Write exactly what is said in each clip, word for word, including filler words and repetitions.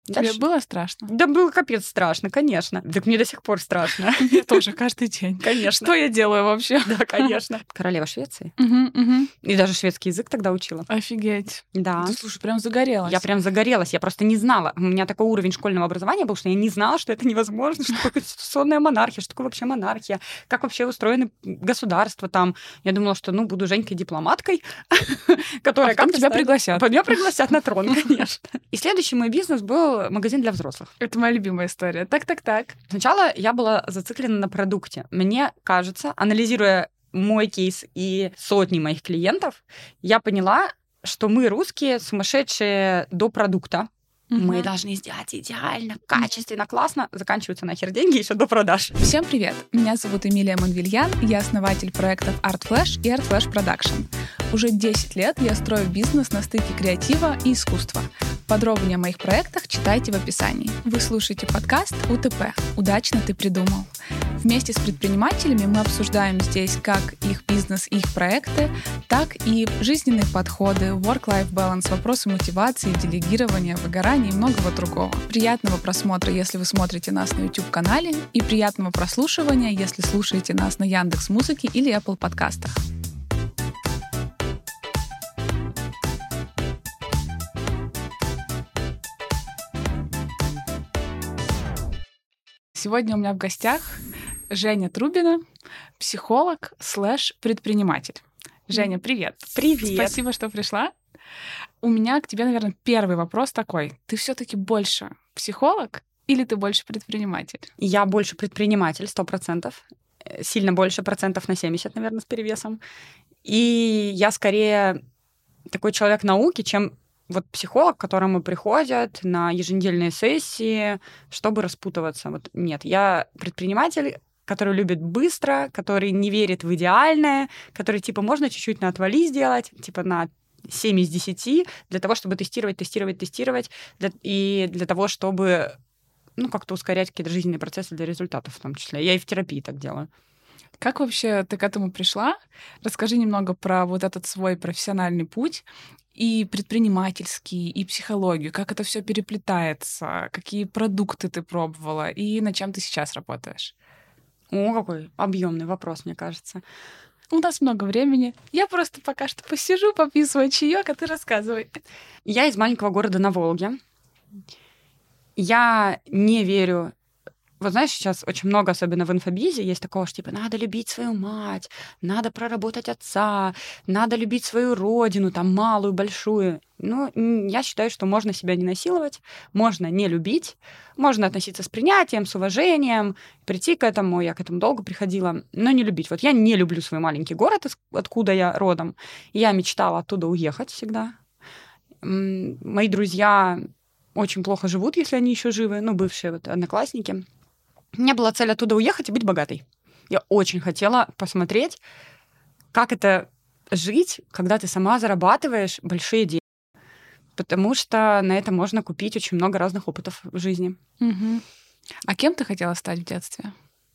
Тебе было страшно? Да было капец страшно, конечно. Так мне до сих пор страшно. Мне тоже каждый день. Конечно. Что я делаю вообще? Да, конечно. Королева Швеции. Угу, угу. И даже шведский язык тогда учила. Офигеть. Да. Ты, слушай, прям загорелась. Я прям загорелась. Я просто не знала. У меня такой уровень школьного образования был, что я не знала, что это невозможно, что такое конституционная монархия, что такое вообще монархия, как вообще устроены государства там. Я думала, что, ну, буду Женькой-дипломаткой, которая... А потом тебя пригласят. Меня пригласят на трон, конечно. И следующий мой бизнес был магазин для взрослых. Это моя любимая история. Так-так-так. Сначала я была зациклена на продукте. Мне кажется, анализируя мой кейс и сотни моих клиентов, я поняла, что мы, русские, сумасшедшие до продукта. Угу. Мы должны сделать идеально, качественно, классно. Заканчиваются нахер деньги еще до продаж. Всем привет! Меня зовут Эмилия Монвильян, я основатель проектов ArtFlash и ArtFlash Production. Уже десять лет я строю бизнес на стыке креатива и искусства. Подробнее о моих проектах читайте в описании. Вы слушаете подкаст УТП «Удачно ты придумал». Вместе с предпринимателями мы обсуждаем здесь как их бизнес и их проекты, так и жизненные подходы, work-life balance, вопросы мотивации, делегирования, выгорания и многого другого. Приятного просмотра, если вы смотрите нас на YouTube-канале, и приятного прослушивания, если слушаете нас на Яндекс.Музыке или Apple подкастах. Сегодня у меня в гостях Женя Трубина, психолог слэш предприниматель. Женя, привет. Привет. Спасибо, что пришла. У меня к тебе, наверное, первый вопрос такой. Ты все-таки больше психолог или ты больше предприниматель? Я больше предприниматель, сто процентов. Сильно больше, процентов на семьдесят, наверное, с перевесом. И я скорее такой человек науки, чем вот психолог, к которому приходят на еженедельные сессии, чтобы распутываться. Вот нет, я предприниматель, который любит быстро, который не верит в идеальное, который, типа, можно чуть-чуть на отвали сделать, типа, на семь из десяти, для того, чтобы тестировать, тестировать, тестировать, для, и для того, чтобы, ну, как-то ускорять какие-то жизненные процессы для результатов в том числе. Я и в терапии так делаю. Как вообще ты к этому пришла? Расскажи немного про вот этот свой профессиональный путь, и предпринимательский, и психологию, как это все переплетается, какие продукты ты пробовала, и над чем ты сейчас работаешь. О, какой объемный вопрос, мне кажется. У нас много времени. Я просто пока что посижу, попью свой чаек, а ты рассказывай. Я из маленького города на Волге. Я не верю... Вот знаешь, сейчас очень много, особенно в инфобизе, есть такого, что типа надо любить свою мать, надо проработать отца, надо любить свою родину, там, малую, большую. Ну, я считаю, что можно себя не насиловать, можно не любить, можно относиться с принятием, с уважением, прийти к этому, я к этому долго приходила, но не любить. Вот я не люблю свой маленький город, откуда я родом. Я мечтала оттуда уехать всегда. Мои друзья очень плохо живут, если они еще живы, ну, бывшие вот одноклассники. У меня была цель оттуда уехать и быть богатой. Я очень хотела посмотреть, как это жить, когда ты сама зарабатываешь большие деньги. Потому что на это можно купить очень много разных опытов в жизни. Угу. А кем ты хотела стать в детстве?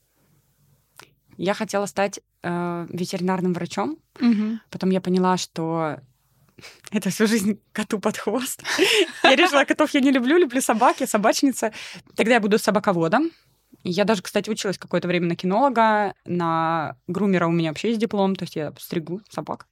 Я хотела стать э, ветеринарным врачом. Угу. Потом я поняла, что это всю жизнь коту под хвост. Я решила, котов я не люблю, люблю собак, я собачница. Тогда я буду собаководом. Я даже, кстати, училась какое-то время на кинолога, на грумера у меня вообще есть диплом, то есть я стригу собак.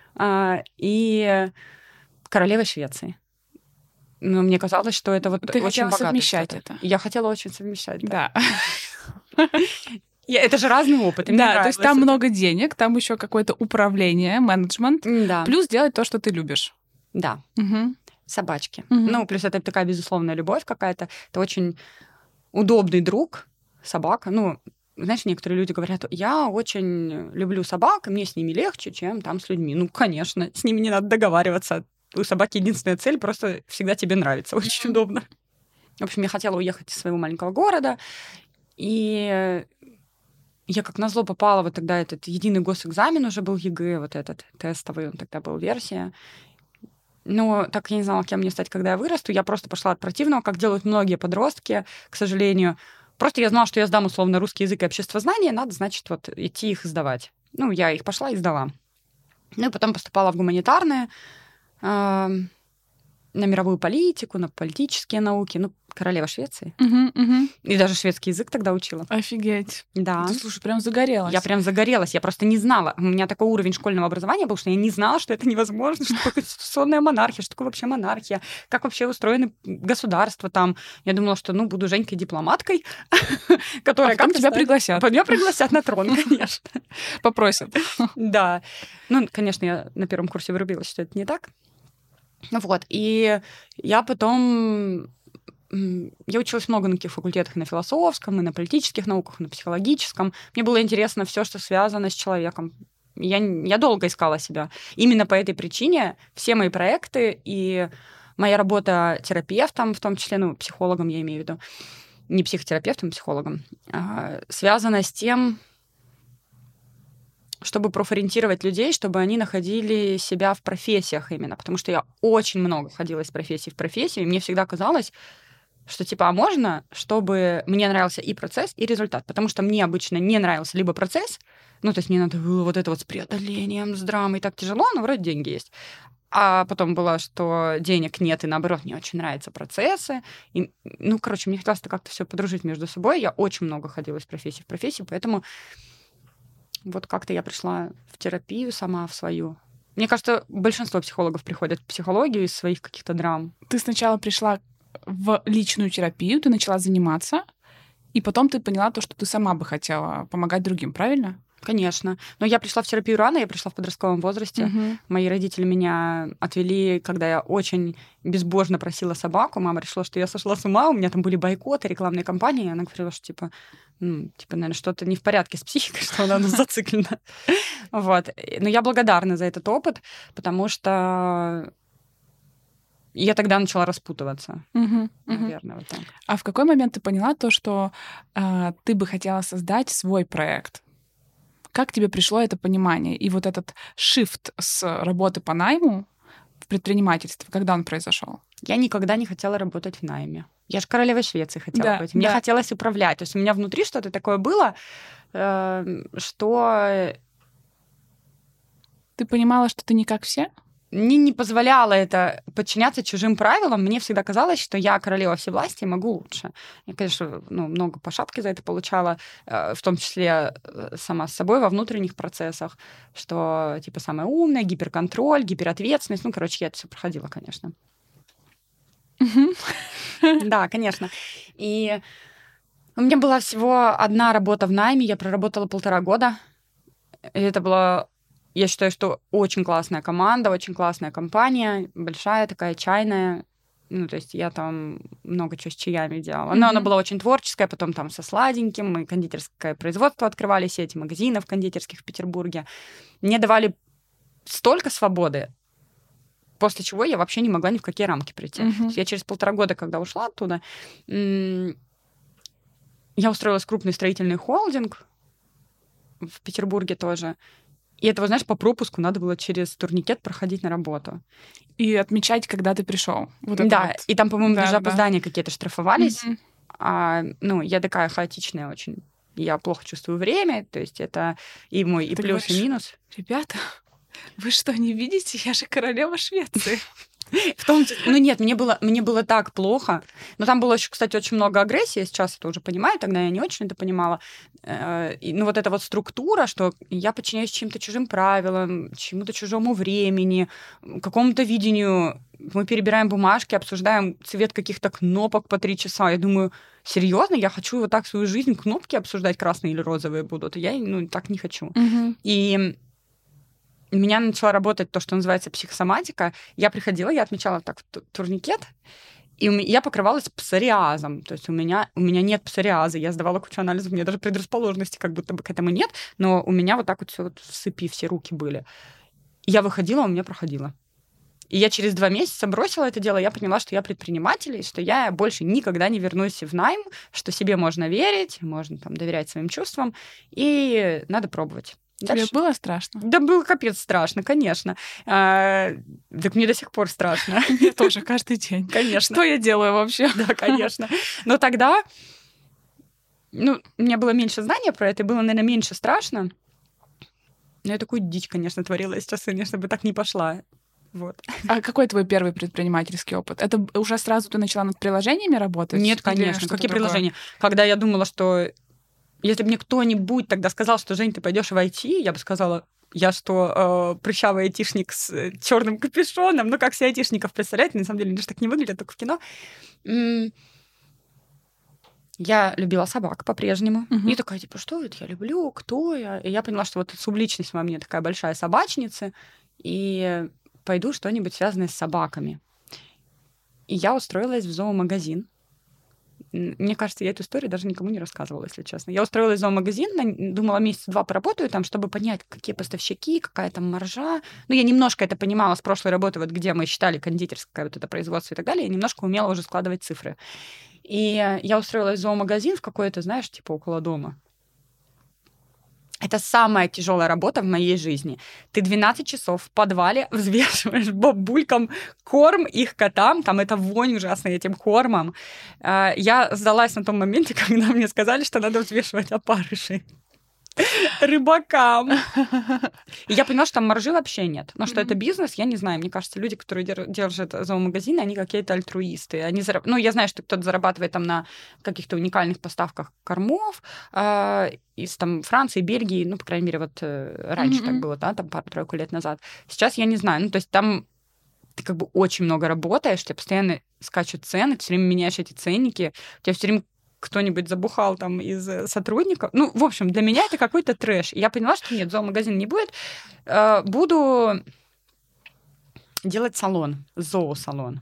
И королева Швеции. Но мне казалось, что это вот Ты очень хотела богатый совмещать статус. это. Я хотела очень совмещать, да. Да. Это же разный опыт. Да, то есть там много денег, там еще какое-то управление, менеджмент, да. Плюс делать то, что ты любишь. Да. Угу. Собачки. Угу. Ну, плюс это такая безусловная любовь какая-то. Это очень удобный друг, собака. Ну, знаешь, некоторые люди говорят, я очень люблю собак, и мне с ними легче, чем там с людьми. Ну, конечно, с ними не надо договариваться. У собаки единственная цель — просто всегда тебе нравится. Очень удобно. В общем, я хотела уехать из своего маленького города, и я как назло попала вот тогда этот единый госэкзамен, уже был ЕГЭ, вот этот тестовый, он тогда был версия. Но так я не знала, кем мне стать, когда я вырасту. Я просто пошла от противного, как делают многие подростки, к сожалению. Просто я знала, что я сдам условно русский язык и обществознание, надо, значит, вот идти их сдавать. Ну, я их пошла и сдала. Ну, и потом поступала в гуманитарные. на мировую политику, на политические науки. Ну, королева Швеции. Угу, угу. И даже шведский язык тогда учила. Офигеть. Да. Ты, слушай, прям загорелась. Я прям загорелась. Я просто не знала. У меня такой уровень школьного образования был, что я не знала, что это невозможно, что такое конституционная монархия, что такое вообще монархия, как вообще устроены государства там. Я думала, что, ну, буду Женькой-дипломаткой, которая... А потом тебя пригласят. Меня пригласят на трон, конечно. Попросят. Да. Ну, конечно, я на первом курсе вырубилась, что это не так. Вот. И я потом... Я училась много на каких факультетах, и на философском, и на политических науках, и на психологическом. Мне было интересно все, что связано с человеком. Я, я долго искала себя. Именно по этой причине все мои проекты и моя работа терапевтом, в том числе, ну, психологом я имею в виду, не психотерапевтом, а психологом, связана с тем, чтобы профориентировать людей, чтобы они находили себя в профессиях именно. Потому что я очень много ходила из профессии в профессию, и мне всегда казалось, что типа, а можно, чтобы мне нравился и процесс, и результат? Потому что мне обычно не нравился либо процесс, ну, то есть мне надо было вот это вот с преодолением, с драмой, так тяжело, но вроде деньги есть. А потом было, что денег нет, и наоборот, мне очень нравятся процессы. И, ну, короче, мне хотелось как-то все подружить между собой. Я очень много ходила из профессии в профессию, поэтому вот как-то я пришла в терапию сама, в свою. Мне кажется, большинство психологов приходят в психологию из своих каких-то драм. Ты сначала пришла в личную терапию, ты начала заниматься, и потом ты поняла то, что ты сама бы хотела помогать другим, правильно? Конечно. Но я пришла в терапию рано, я пришла в подростковом возрасте. Угу. Мои родители меня отвели, когда я очень безбожно просила собаку. Мама решила, что я сошла с ума, у меня там были бойкоты, рекламные кампании, и она говорила, что типа, ну, типа, наверное, что-то не в порядке с психикой, что она зациклена. Вот. Но я благодарна за этот опыт, потому что я тогда начала распутываться. Угу, наверное, угу. вот так. А в какой момент ты поняла то, что э, ты бы хотела создать свой проект? Как тебе пришло это понимание? И вот этот шифт с работы по найму в предпринимательство, когда он произошел? Я никогда не хотела работать в найме. Я же королевой Швеции хотела Да, быть. Мне да. хотелось управлять. То есть у меня внутри что-то такое было, э, что Ты понимала, что ты не как все? мне не позволяло это подчиняться чужим правилам. Мне всегда казалось, что я королева всевластия и могу лучше. Я, конечно, ну, много по шапке за это получала, в том числе сама с собой во внутренних процессах, что типа самая умная, гиперконтроль, гиперответственность. Ну, короче, я это все проходила, конечно. Да, конечно. И у меня была всего одна работа в найме, я проработала полтора года. И это была... Я считаю, что очень классная команда, очень классная компания, большая такая, чайная. Ну, то есть я там много чего с чаями делала. Но mm-hmm. она была очень творческая, потом там со сладеньким. Мы кондитерское производство открывали, сети магазинов кондитерских в Петербурге. Мне давали столько свободы, после чего я вообще не могла ни в какие рамки прийти. Mm-hmm. То есть я через полтора года, когда ушла оттуда, я устроилась в крупный строительный холдинг в Петербурге тоже. И этого, знаешь, по пропуску надо было через турникет проходить на работу. И отмечать, когда ты пришел. Вот да, вот. И там, по-моему, да, даже да. опоздания какие-то штрафовались. Mm-hmm. А, ну, я такая хаотичная очень. Я плохо чувствую время, то есть это и мой и ты плюс, говоришь, и минус. Ребята, вы что, не видите? Я же королева Швеции. В том числе, ну нет, мне было, мне было так плохо. Но там было, еще, кстати, очень много агрессии. Сейчас это уже понимаю, тогда я не очень это понимала. И, ну вот эта вот структура, что я подчиняюсь чьим-то чужим правилам, чему-то чужому времени, какому-то видению. Мы перебираем бумажки, обсуждаем цвет каких-то кнопок по три часа. Я думаю, серьезно, я хочу вот так свою жизнь, кнопки обсуждать, красные или розовые будут. Я, ну, так не хочу. Mm-hmm. И... У меня начала работать то, что называется психосоматика. Я приходила, я отмечала так турникет, и я покрывалась псориазом. То есть у меня, у меня нет псориаза. Я сдавала кучу анализов, у меня даже предрасположенности как будто бы к этому нет, но у меня вот так вот все вот в цепи все руки были. И я выходила, у меня проходило. И я через два месяца бросила это дело, я поняла, что я предприниматель, и что я больше никогда не вернусь в найм, что себе можно верить, можно там доверять своим чувствам, и надо пробовать. Тебе Дальше... было страшно? Да было капец страшно, конечно. А, так мне до сих пор страшно. Мне тоже каждый день. Конечно. Что я делаю вообще? Да, конечно. Но тогда, ну, у меня было меньше знания про это, и было, наверное, меньше страшно. Но я такую дичь, конечно, творила. Я сейчас, конечно, бы так не пошла. Вот. А какой твой первый предпринимательский опыт? Это уже сразу ты начала над приложениями работать? Нет, конечно. Какие другое? Приложения? Когда я думала, что если бы мне кто-нибудь тогда сказал, что, Жень, ты пойдешь в ай ти, я бы сказала, я что, э, прыщавый айтишник с э, черным капюшоном? Ну, как все айтишников представляете? На самом деле, они же так не выглядят, только в кино. М- Я любила собак по-прежнему. Uh-huh. И такая, типа, что это я люблю, кто я? И я поняла, что вот субличность во мне такая большая собачница, и пойду что-нибудь связанное с собаками. И я устроилась в зоомагазин. Мне кажется, я эту историю даже никому не рассказывала, если честно. Я устроилась в зоомагазин, думала, месяца два поработаю там, чтобы понять, какие поставщики, какая там маржа. Ну, я немножко это понимала с прошлой работы, вот где мы считали кондитерское вот это производство и так далее. Я немножко умела уже складывать цифры. И я устроилась в зоомагазин в какой-то, знаешь, типа около дома. Это самая тяжелая работа в моей жизни. Ты двенадцать часов в подвале взвешиваешь бабулькам корм их котам. Там это вонь ужасная этим кормом. Я сдалась на том моменте, когда мне сказали, что надо взвешивать опарышей рыбакам. И я поняла, что там маржи вообще нет. Но что mm-hmm. это бизнес, я не знаю. Мне кажется, люди, которые держат зоомагазины, они какие-то альтруисты. Они зараб... Ну, я знаю, что кто-то зарабатывает там на каких-то уникальных поставках кормов э, из там, Франции, Бельгии. Ну, по крайней мере, вот э, раньше mm-hmm. так было, да, там пару-тройку лет назад. Сейчас я не знаю. Ну, то есть там ты как бы очень много работаешь, тебе постоянно скачут цены, ты все время меняешь эти ценники, у тебя все время кто-нибудь забухал там из сотрудников. Ну, в общем, для меня это какой-то трэш. И я поняла, что нет, зоомагазин не будет. Буду делать салон, зоосалон.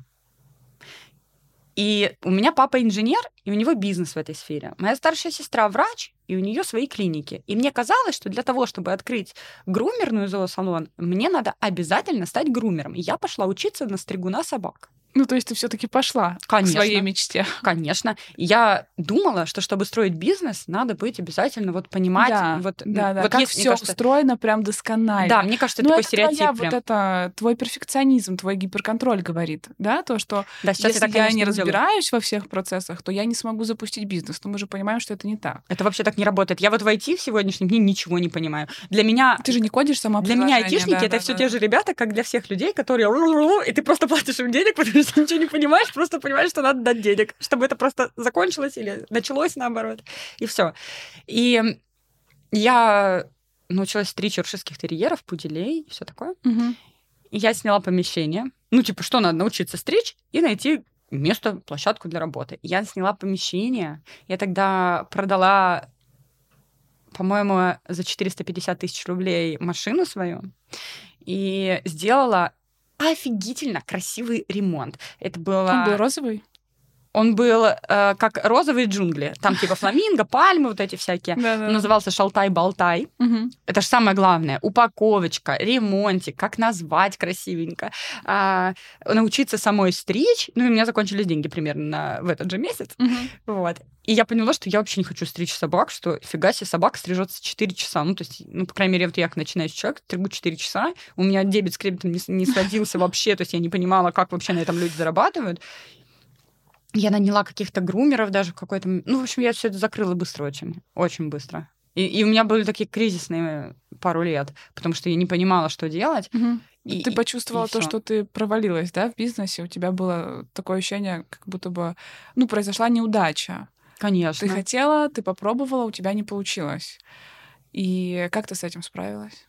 И у меня папа инженер, и у него бизнес в этой сфере. Моя старшая сестра врач, и у нее свои клиники. И мне казалось, что для того, чтобы открыть грумерную зоосалон, мне надо обязательно стать грумером. И я пошла учиться на стригуна собак. Ну, то есть ты все-таки пошла Конечно, к своей мечте. Конечно. Я думала, что чтобы строить бизнес, надо быть обязательно вот понимать. Да, вот, да, да. Вот как есть, все кажется... устроено прям досконально. Да, мне кажется, это ну, такой это стереотип. Твоя, прям. Вот это твой перфекционизм, твой гиперконтроль говорит, да, то, что да, сейчас если я, так, я конечно, не делаю. разбираюсь во всех процессах, то я не смогу запустить бизнес. Но мы же понимаем, что это не так. Это вообще так не работает. Я вот в ай ти в сегодняшнем дне ничего не понимаю. Для меня... Ты же не кодишь сама Для меня приложение, айтишники да, это да, все да. те же ребята, как для всех людей, которые... И ты просто платишь им денег, потому что ничего не понимаешь, просто понимаешь, что надо дать денег, чтобы это просто закончилось или началось наоборот. И все. И я научилась стричь йоркширских терьеров, пуделей и все такое. Угу. И я сняла помещение. Ну, типа, что надо? Научиться стричь и найти место, площадку для работы. Я сняла помещение. Я тогда продала, по-моему, за четыреста пятьдесят тысяч рублей машину свою и сделала офигительно красивый ремонт. Это было... Он был розовый? Он был э, как розовые джунгли. Там типа фламинго, пальмы вот эти всякие. Да-да. Назывался «Шалтай-болтай». Угу. Это же самое главное. Упаковочка, ремонтик, как назвать красивенько. А, научиться самой стричь. Ну, и у меня закончились деньги примерно на, в этот же месяц. Угу. Вот. И я поняла, что я вообще не хочу стричь собак, что фига себе, собака стрижется четыре часа. Ну, то есть, ну, по крайней мере, вот я как начинающий человек, стригу четыре часа. У меня дебет с кредитом не, не сводился вообще. То есть я не понимала, как вообще на этом люди зарабатывают. Я наняла каких-то грумеров даже в какой-то... Ну, в общем, я все это закрыла быстро очень. Очень быстро. И, и у меня были такие кризисные пару лет, потому что я не понимала, что делать. Угу. И, ты почувствовала и то, всё. что ты провалилась, да, в бизнесе? У тебя было такое ощущение, как будто бы... Ну, произошла неудача. Конечно. Ты хотела, ты попробовала, у тебя не получилось. И как ты с этим справилась?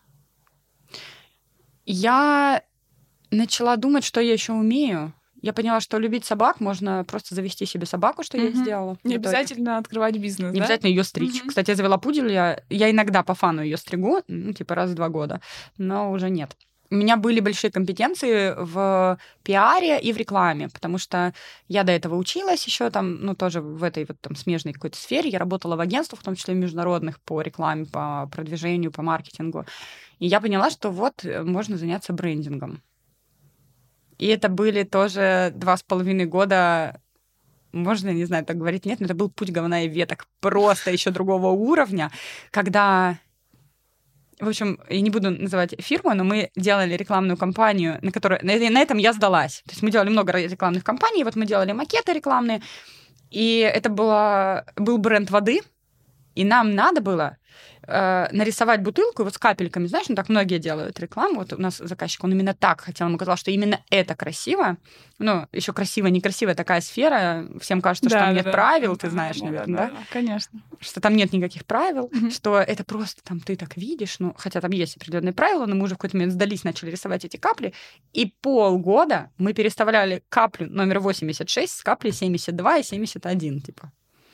Я начала думать, что я еще умею. Я поняла, что любить собак можно просто завести себе собаку, что я и сделала. Не обязательно открывать бизнес, Не да? обязательно ее стричь. Мгм. Кстати, я завела пуделя. Я иногда по фану ее стригу, ну, типа раз в два года, но уже нет. У меня были большие компетенции в пиаре и в рекламе, потому что я до этого училась еще там, ну, тоже в этой вот там смежной какой-то сфере. Я работала в агентствах, в том числе международных, по рекламе, по продвижению, по маркетингу. И я поняла, что вот можно заняться брендингом. И это были тоже два с половиной года, можно, не знаю, так говорить, нет, но это был путь говна и веток, просто еще другого уровня, когда... В общем, я не буду называть фирму, но мы делали рекламную кампанию, на которой... На этом я сдалась. То есть мы делали много рекламных кампаний, вот мы делали макеты рекламные, и это было... был бренд воды, и нам надо было э, нарисовать бутылку вот с капельками, знаешь, ну так многие делают рекламу. Вот у нас заказчик, он именно так хотел, ему казалось, что именно это красиво. Ну, еще красиво, некрасивая такая сфера. Всем кажется, Да, что там да, нет да. правил, Да, ты знаешь, да, наверное, да, да? да, конечно. Что там нет никаких правил, Мгм. что это просто там ты так видишь, ну, хотя там есть определенные правила, но мы уже в какой-то момент сдались, начали рисовать эти капли, и полгода мы переставляли каплю номер восемьдесят шесть с каплей семьдесят два и семьдесят один, типа.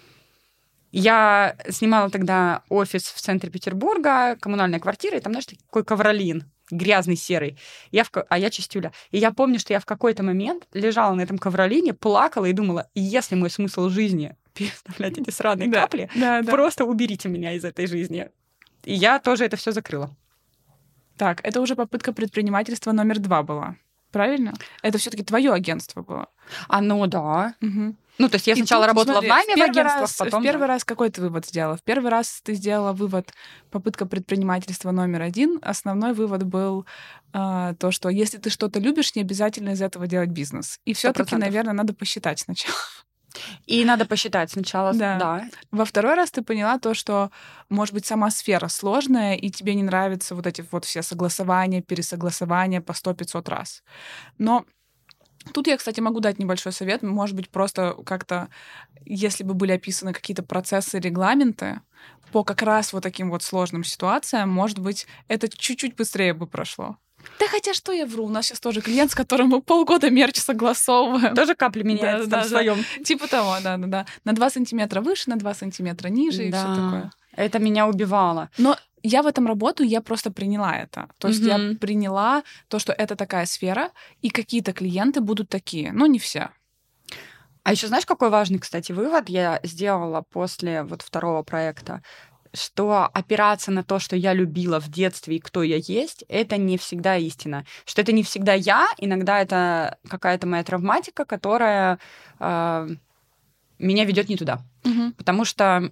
Я снимала тогда офис в центре Петербурга, коммунальная квартира, и там, знаешь, такой ковролин, грязный, серый. Я в... А я чистюля. И я помню, что я в какой-то момент лежала на этом ковролине, плакала и думала, если мой смысл жизни переставлять эти сраные Да, капли, да, да. просто уберите меня из этой жизни. И я тоже это все закрыла. Так, это уже попытка предпринимательства номер два была. Правильно? Это все-таки твое агентство было. А ну да. Угу. Ну, то есть я И сначала тут, работала смотри, в найме в, в первый агентствах, раз, потом... В первый да. раз какой ты вывод сделала? В первый раз ты сделала вывод попытка предпринимательства номер один. Основной вывод был э, то, что если ты что-то любишь, не обязательно из этого делать бизнес. И Сто все-таки, процентов. наверное, надо посчитать сначала. И надо посчитать сначала. Да. Да. Во второй раз ты поняла то, что, может быть, сама сфера сложная, и тебе не нравятся вот эти вот все согласования, пересогласования по сто-пятьсот раз. Но тут я, кстати, могу дать небольшой совет. Может быть, просто как-то, если бы были описаны какие-то процессы, регламенты по как раз вот таким вот сложным ситуациям, может быть, это чуть-чуть быстрее бы прошло. Да хотя что я вру, у нас сейчас тоже клиент, с которым мы полгода мерч согласовываем. Тоже капли меняются Да, там да, в своем. Типа того, да-да-да. На два сантиметра выше, на два сантиметра ниже и Да. все такое. Это меня убивало. Но я в этом работаю, я просто приняла это. То есть я Мгм. приняла то, что это такая сфера, и какие-то клиенты будут такие, но не все. А еще знаешь, какой важный, кстати, вывод я сделала после вот второго проекта? Что опираться на то, что я любила в детстве и кто я есть, это не всегда истина. Что это не всегда я, иногда это какая-то моя травматика, которая э, меня ведет не туда. Мгм. Потому что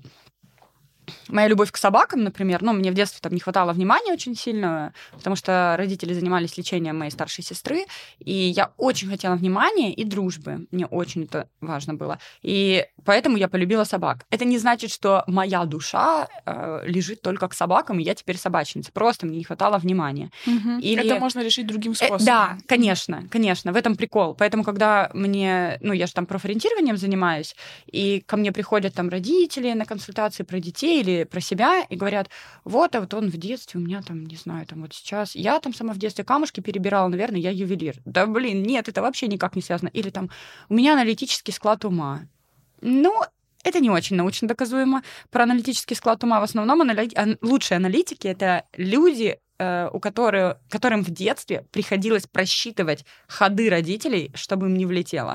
моя любовь к собакам, например, ну, мне в детстве там не хватало внимания очень сильно, потому что родители занимались лечением моей старшей сестры, и я очень хотела внимания и дружбы. Мне очень это важно было. И поэтому я полюбила собак. Это не значит, что моя душа э, лежит только к собакам, и я теперь собачница. Просто мне не хватало внимания. Мгм. Или- Это можно решить другим Э, способом. да, конечно, конечно, в этом прикол. Поэтому, когда мне, ну, я же там профориентированием занимаюсь, и ко мне приходят там родители на консультации про детей или про себя и говорят, вот, а вот он в детстве у меня там, не знаю, там вот сейчас, я там сама в детстве камушки перебирала, наверное, я ювелир. Да, блин, нет, это вообще никак не связано. Или там, у меня аналитический склад ума. Ну, это не очень научно доказуемо. Про аналитический склад ума в основном анали- ан- лучшие аналитики — это люди, э, у которых, которым в детстве приходилось просчитывать ходы родителей, чтобы им не влетело.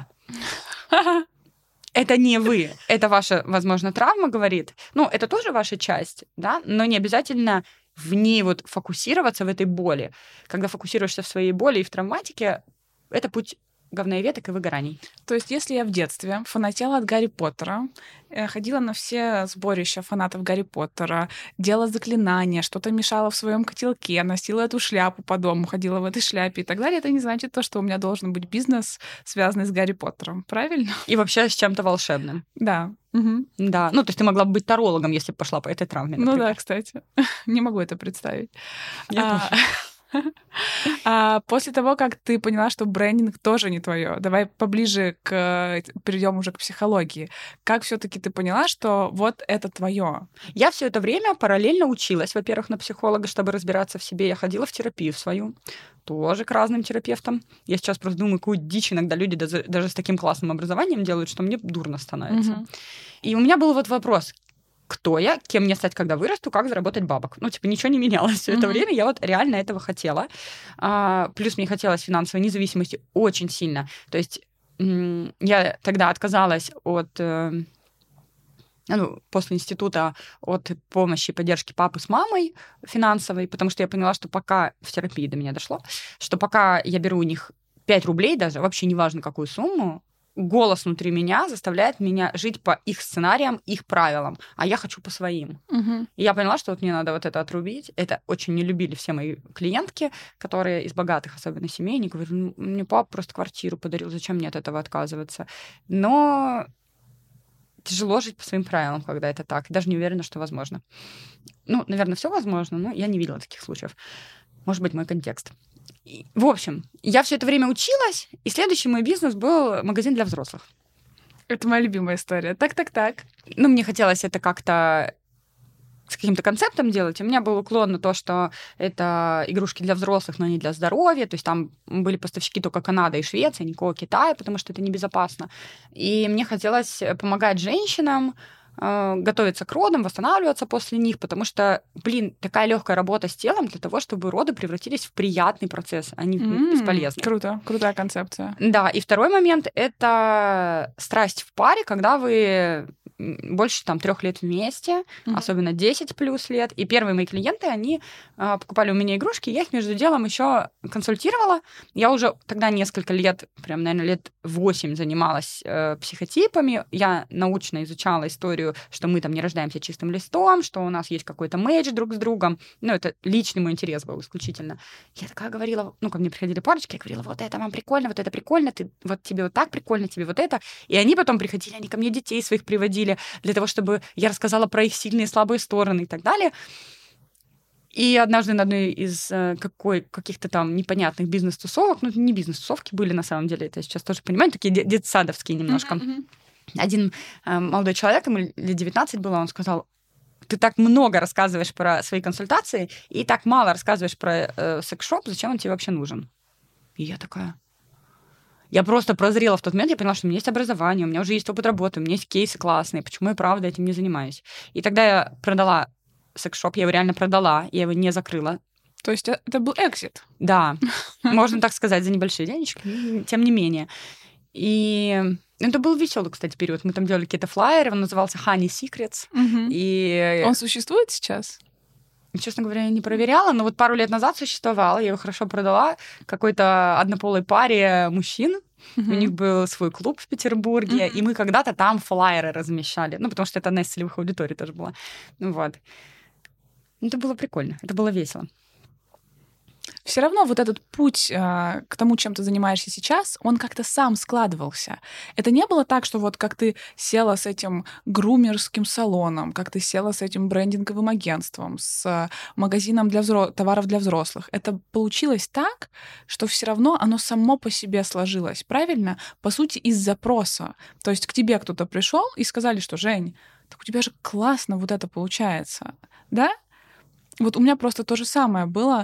Это не вы. Это ваша, возможно, травма говорит. Ну, это тоже ваша часть, да, но не обязательно в ней вот фокусироваться, в этой боли. Когда фокусируешься в своей боли и в травматике, это путь говна и веток и выгораний. То есть, если я в детстве фанатела от Гарри Поттера, э, ходила на все сборища фанатов Гарри Поттера, делала заклинания, что-то мешала в своем котелке, носила эту шляпу по дому, ходила в этой шляпе и так далее, это не значит то, что у меня должен быть бизнес, связанный с Гарри Поттером, правильно? И вообще с чем-то волшебным. Да. Мгм. Да. Ну, то есть ты могла бы быть тарологом, если бы пошла по этой травме, Ну например. да, кстати. Не могу это представить. Я А, тоже. а после того, как ты поняла, что брендинг тоже не твое, давай поближе к перейдем уже к психологии. Как все-таки ты поняла, что вот это твое? Я все это время параллельно училась, во-первых, на психолога, чтобы разбираться в себе. Я ходила в терапию в свою, тоже к разным терапевтам. Я сейчас просто думаю, какую дичь иногда люди даже, даже с таким классным образованием делают, что мне дурно становится. Мгм. И у меня был вот вопрос, кто я, кем мне стать, когда вырасту, как заработать бабок. Ну, типа, ничего не менялось все это Мгм. время, я вот реально этого хотела. А, плюс мне хотелось финансовой независимости очень сильно. То есть м, я тогда отказалась от... э, ну, после института от помощи и поддержки папы с мамой финансовой, потому что я поняла, что пока в терапии до меня дошло, что пока я беру у них пять рублей даже, вообще неважно какую сумму, голос внутри меня заставляет меня жить по их сценариям, их правилам, а я хочу по своим. Мгм. И я поняла, что вот мне надо вот это отрубить. Это очень не любили все мои клиентки, которые из богатых, особенно семей. Они говорят, «Ну, мне папа просто квартиру подарил, зачем мне от этого отказываться? Но тяжело жить по своим правилам, когда это так. Даже не уверена, что возможно. Ну, наверное, все возможно, но я не видела таких случаев. Может быть, мой контекст. И, в общем, я все это время училась, и следующий мой бизнес был магазин для взрослых. Это моя любимая история. Так-так-так. Ну, мне хотелось это как-то с каким-то концептом делать. У меня был уклон на то, что это игрушки для взрослых, но не для здоровья. То есть там были поставщики только Канада и Швеция, никакого Китая, потому что это небезопасно. И мне хотелось помогать женщинам э, готовиться к родам, восстанавливаться после них, потому что, блин, такая легкая работа с телом для того, чтобы роды превратились в приятный процесс, а не Mm, в бесполезный. Круто, крутая концепция. Да, и второй момент — это страсть в паре, когда вы больше там трех лет вместе, mm-hmm. особенно десять плюс лет. И первые мои клиенты, они а, покупали у меня игрушки, я их между делом еще консультировала. Я уже тогда несколько лет, прям, наверное, лет восемь занималась э, психотипами. Я научно изучала историю, что мы там не рождаемся чистым листом, что у нас есть какой-то мэйдж друг с другом. Ну, это личный мой интерес был исключительно. Я такая говорила, ну, ко мне приходили парочки, я говорила, вот это вам прикольно, вот это прикольно, ты, вот тебе вот так прикольно, тебе вот это. И они потом приходили, они ко мне детей своих приводили, для того, чтобы я рассказала про их сильные и слабые стороны и так далее. И однажды на одной из э, какой, каких-то там непонятных бизнес-тусовок, ну, не бизнес-тусовки были на самом деле, это я сейчас тоже понимаю, такие детсадовские немножко. Mm-hmm. Один э, молодой человек, ему лет девятнадцать было, он сказал, ты так много рассказываешь про свои консультации и так мало рассказываешь про э, секс-шоп, зачем он тебе вообще нужен? И я такая... Я просто прозрела в тот момент, я поняла, что у меня есть образование, у меня уже есть опыт работы, у меня есть кейсы классные, почему я правда этим не занимаюсь. И тогда я продала секс-шоп, я его реально продала, я его не закрыла. То есть это был экзит? Да, можно так сказать, за небольшие денежки, тем не менее. И это был веселый, кстати, период. Мы там делали какие-то флаеры, он назывался Honey Secrets. Угу. И... Он существует сейчас? Честно говоря, я не проверяла, но вот пару лет назад существовал, я его хорошо продала какой-то однополой паре мужчин. Mm-hmm. У них был свой клуб в Петербурге, mm-hmm. и мы когда-то там флаеры размещали. Ну, потому что это одна из целевых аудиторий тоже была. Ну, вот. Это было прикольно, это было весело. Все равно вот этот путь э, к тому, чем ты занимаешься сейчас, он как-то сам складывался. Это не было так, что вот как ты села с этим грумерским салоном, как ты села с этим брендинговым агентством, с магазином для взро... товаров для взрослых. Это получилось так, что все равно оно само по себе сложилось, правильно? По сути, из запроса. То есть к тебе кто-то пришел и сказали, что «Жень, так у тебя же классно вот это получается», да? Вот у меня просто то же самое было.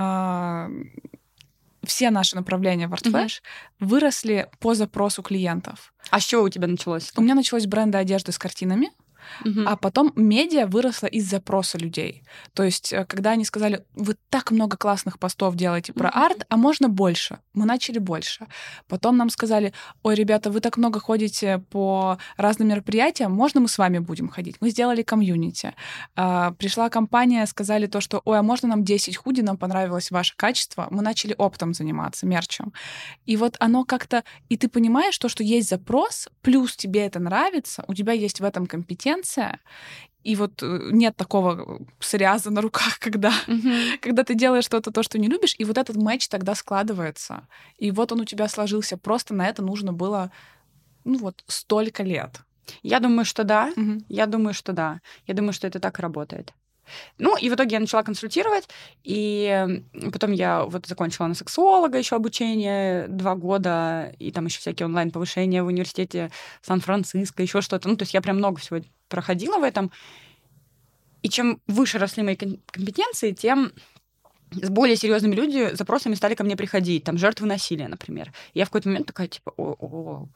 Все наши направления в ArtFlash mm-hmm. выросли по запросу клиентов. А с чего у тебя началось? У меня началось бренды одежды с картинами, mm-hmm. а потом медиа выросла из запроса людей. То есть, когда они сказали, вы так много классных постов делаете про mm-hmm. арт, а можно больше? Мы начали больше. Потом нам сказали, ой, ребята, вы так много ходите по разным мероприятиям, можно мы с вами будем ходить? Мы сделали комьюнити. А, пришла компания, сказали то, что, ой, а можно нам десять худи, нам понравилось ваше качество. Мы начали оптом заниматься, мерчем. И вот оно как-то... И ты понимаешь то, что есть запрос, плюс тебе это нравится, у тебя есть в этом компетенция, и вот нет такого псориаза на руках, когда, mm-hmm. когда ты делаешь что-то, то, что не любишь, и вот этот матч тогда складывается. И вот он у тебя сложился. Просто на это нужно было, ну вот, столько лет. Я думаю, что да. Mm-hmm. Я думаю, что да. Я думаю, что это так и работает. Ну, и в итоге я начала консультировать, и потом я вот закончила на сексолога еще обучение два года, и там еще всякие онлайн-повышения в университете Сан-Франциско, еще что-то. Ну, то есть я прям много всего проходила в этом. И чем выше росли мои компетенции, тем с более серьезными людьми запросами стали ко мне приходить. Там жертвы насилия, например. И я в какой-то момент такая, типа, о-о-о,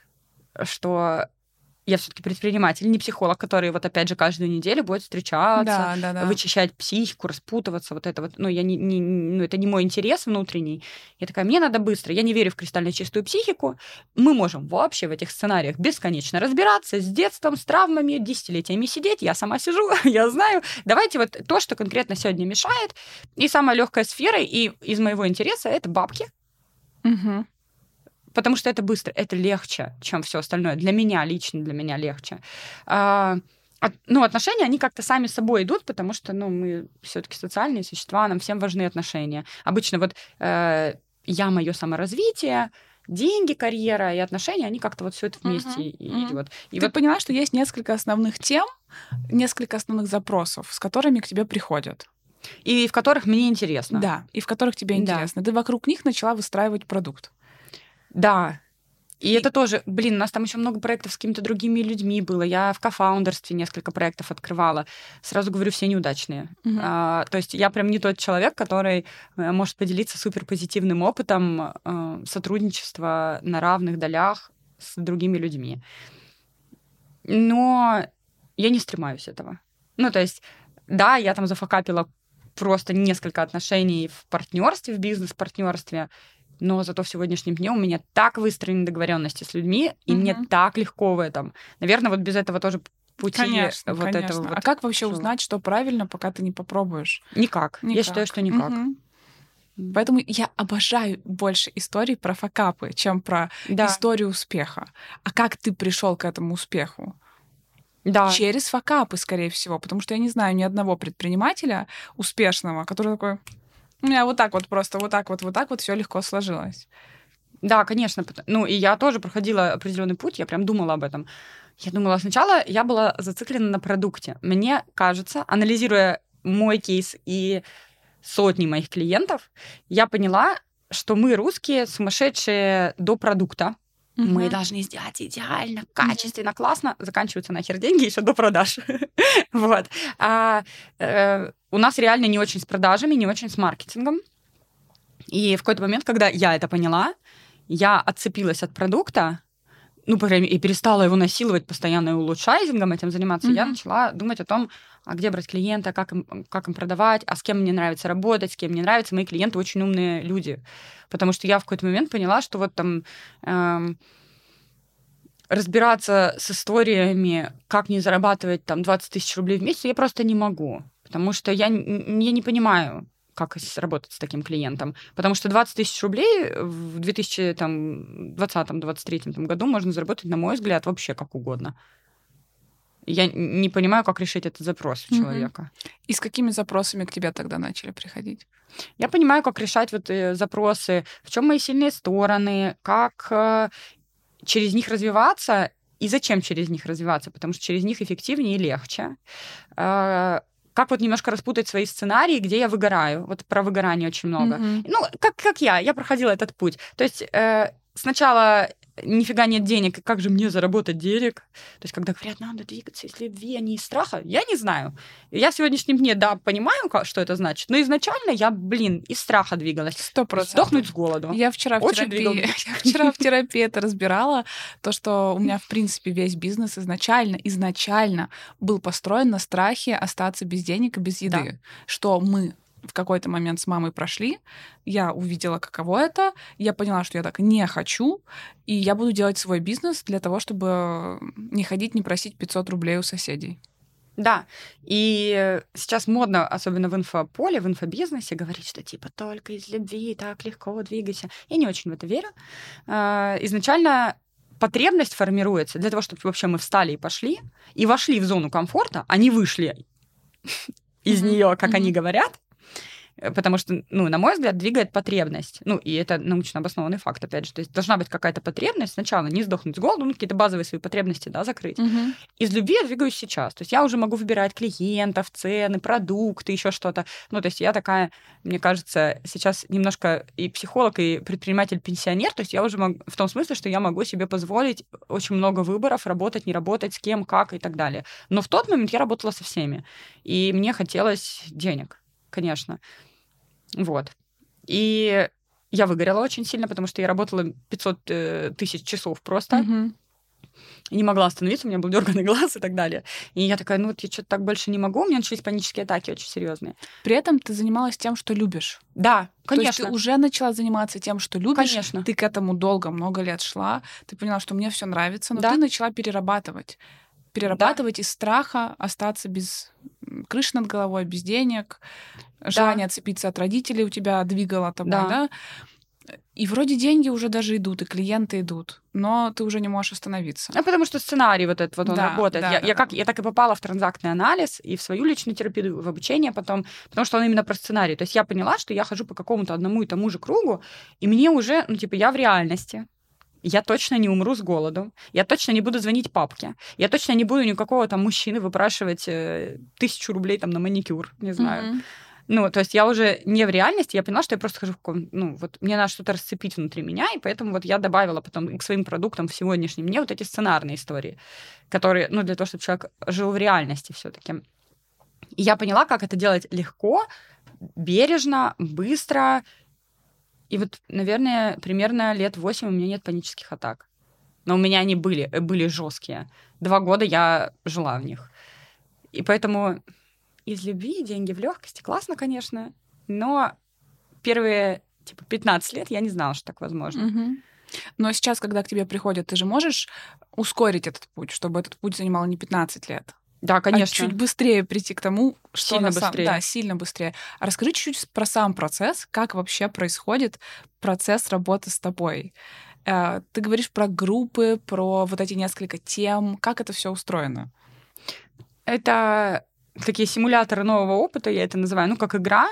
что... Я все-таки предприниматель, не психолог, который вот опять же каждую неделю будет встречаться, да, да, да. вычищать психику, распутываться, вот это вот. Ну, я не, не, ну, это не мой интерес внутренний. Я такая, мне надо быстро. Я не верю в кристально чистую психику. Мы можем вообще в этих сценариях бесконечно разбираться с детством, с травмами, десятилетиями сидеть. Я сама сижу, я знаю. Давайте вот то, что конкретно сегодня мешает. И самая легкая сфера, и из моего интереса, это бабки. Угу. Потому что это быстро, это легче, чем все остальное. Для меня, лично для меня легче. А, ну, отношения, они как-то сами собой идут, потому что, ну, мы все-таки социальные существа, нам всем важны отношения. Обычно вот э, я, мое саморазвитие, деньги, карьера и отношения, они как-то вот все это вместе Мгм, и мгм. идет. И Ты вот поняла, что есть несколько основных тем, несколько основных запросов, с которыми к тебе приходят. и в которых мне интересно. Да, и в которых тебе Да. интересно. Ты вокруг них начала выстраивать продукт. Да. И, И- это тоже, блин, у нас там еще много проектов с какими-то другими людьми было. Я в кофаундерстве несколько проектов открывала. Сразу говорю, все неудачные. Мгм. А, то есть я прям не тот человек, который э, может поделиться суперпозитивным опытом э, сотрудничества на равных долях с другими людьми. Но я не стремаюсь этого. Ну, то есть, да, я там зафакапила просто несколько отношений в партнерстве, в бизнес-партнерстве, но зато в сегодняшнем дне у меня так выстроены договоренности с людьми, и Мгм. мне так легко в этом. Наверное, вот без этого тоже пути Конечно, вот конечно. этого вот. А как вообще шоу. узнать, что правильно, пока ты не попробуешь? Никак. Я считаю, Никак. что никак. Мгм. Поэтому я обожаю больше историй про факапы, чем про Да, историю успеха. А как ты пришел к этому успеху? да. Через факапы, скорее всего, потому что я не знаю ни одного предпринимателя успешного, который такой: у меня вот так вот просто, вот так вот, вот так вот все легко сложилось. Да, конечно. пот- Ну, и я тоже проходила определенный путь, я прям думала об этом. Я думала, сначала я была зациклена на продукте. Мне кажется, анализируя мой кейс и сотни моих клиентов, я поняла, что мы, русские, сумасшедшие до продукта. Мы Мгм. должны сделать идеально, качественно, классно. Заканчиваются нахер деньги еще до продаж. Вот. А э, у нас реально не очень с продажами, не очень с маркетингом. И в какой-то момент, когда я это поняла, я отцепилась от продукта, ну, по крайней мере, и перестала его насиловать постоянно и улучшайзингом этим заниматься, я Мгм. начала думать о том, а где брать клиента, как им, как им продавать, а с кем мне нравится работать, с кем мне нравится. Мои клиенты очень умные люди. Потому что я в какой-то момент поняла, что вот там эм, разбираться с историями, как мне зарабатывать там двадцать тысяч рублей в месяц, я просто не могу. Потому что я, н- я не понимаю, как с- работать с таким клиентом. Потому что двадцать тысяч рублей в две тысячи двадцатом — двадцать третьем там году можно заработать, на мой взгляд, вообще как угодно. Я н- не понимаю, как решить этот запрос у Мгм. человека. И с какими запросами к тебе тогда начали приходить? Я понимаю, как решать вот э, запросы, в чем мои сильные стороны, как э, через них развиваться и зачем через них развиваться, потому что через них эффективнее и легче. Э, Как вот немножко распутать свои сценарии, где я выгораю. Вот про выгорание очень много. Мгм. Ну, как, как я, я проходила этот путь. То есть э, сначала нифига нет денег, и как же мне заработать денег? То есть когда говорят, надо двигаться из любви, а не из страха, я не знаю. Я в сегодняшнем дне, да, понимаю, ка- что это значит, но изначально я, блин, из страха двигалась. Сто процентов. Сдохнуть с голоду. Я вчера в Очень терапии, двигал. я вчера в терапии это разбирала, то, что у меня, в принципе, весь бизнес изначально, изначально был построен на страхе остаться без денег и без еды. Да. Что мы в какой-то момент с мамой прошли, я увидела, каково это, я поняла, что я так не хочу, и я буду делать свой бизнес для того, чтобы не ходить, не просить пятьсот рублей у соседей. Да, и сейчас модно, особенно в инфополе, в инфобизнесе, говорить, что типа только из любви так легко двигайся. Я не очень в это верю. А, Изначально потребность формируется для того, чтобы вообще мы встали и пошли, и вошли в зону комфорта, а не вышли из Мгм, нее, как мгм. они говорят. Э, Потому что, ну, на мой взгляд, двигает потребность. Ну, и это научно обоснованный факт, опять же. То есть должна быть какая-то потребность сначала, не сдохнуть с голоду, ну, какие-то базовые свои потребности, да, закрыть. Мгм. Из любви я двигаюсь сейчас. То есть я уже могу выбирать клиентов, цены, продукты, еще что-то. Ну, то есть я такая, мне кажется, сейчас немножко и психолог, и предприниматель-пенсионер. То есть я уже могу, в том смысле, что я могу себе позволить очень много выборов, работать, не работать, с кем, как и так далее. Но в тот момент я работала со всеми. И мне хотелось денег, конечно. Вот. И я выгорела очень сильно, потому что я работала пятьсот э, тысяч часов просто. Мгм. И не могла остановиться, у меня был дерганный глаз и так далее. И я такая, ну вот я что-то так больше не могу. У меня начались панические атаки очень серьезные. При этом ты занималась тем, что любишь. Да, То есть ты конечно. уже начала заниматься тем, что любишь, Конечно. ты к этому долго, много лет шла, ты поняла, что мне все нравится, но Да. ты начала перерабатывать. Перерабатывать из страха остаться без м, крыши над головой, без денег, желание отцепиться от родителей у тебя двигало тобой, Да. да? И вроде деньги уже даже идут, и клиенты идут, но ты уже не можешь остановиться. А потому что сценарий вот этот вот он Да, работает. да, я, да, я, да. как, я так и попала в транзактный анализ и в свою личную терапию, в обучение потом, потому что он именно про сценарий. То есть я поняла, что я хожу по какому-то одному и тому же кругу, и мне уже, ну, типа, я в реальности. я точно не умру с голоду, я точно не буду звонить папке, я точно не буду никакого там мужчины выпрашивать э, тысячу рублей там на маникюр, не знаю. Mm-hmm. Ну, то есть я уже не в реальности, я поняла, что я просто хожу в каком... Ну, вот мне надо что-то расцепить внутри меня, и поэтому вот я добавила потом к своим продуктам в сегодняшнем дне вот эти сценарные истории, которые, ну, для того, чтобы человек жил в реальности все-таки. И я поняла, как это делать легко, бережно, быстро. И вот, наверное, примерно лет восемь у меня нет панических атак. Но у меня они были, были жесткие. Два года я жила в них. И поэтому из любви деньги в легкости классно, конечно, но первые типа пятнадцать лет я не знала, что так возможно. Угу. Но сейчас, когда к тебе приходят, ты же можешь ускорить этот путь, чтобы этот путь занимал не пятнадцать лет? Да, конечно. А чуть быстрее прийти к тому, что сильно на самом... быстрее. Да, сильно быстрее. А расскажи чуть-чуть про сам процесс, как вообще происходит процесс работы с тобой. Ты говоришь про группы, про вот эти несколько тем. Как это все устроено? Это такие симуляторы нового опыта, я это называю, ну, как игра,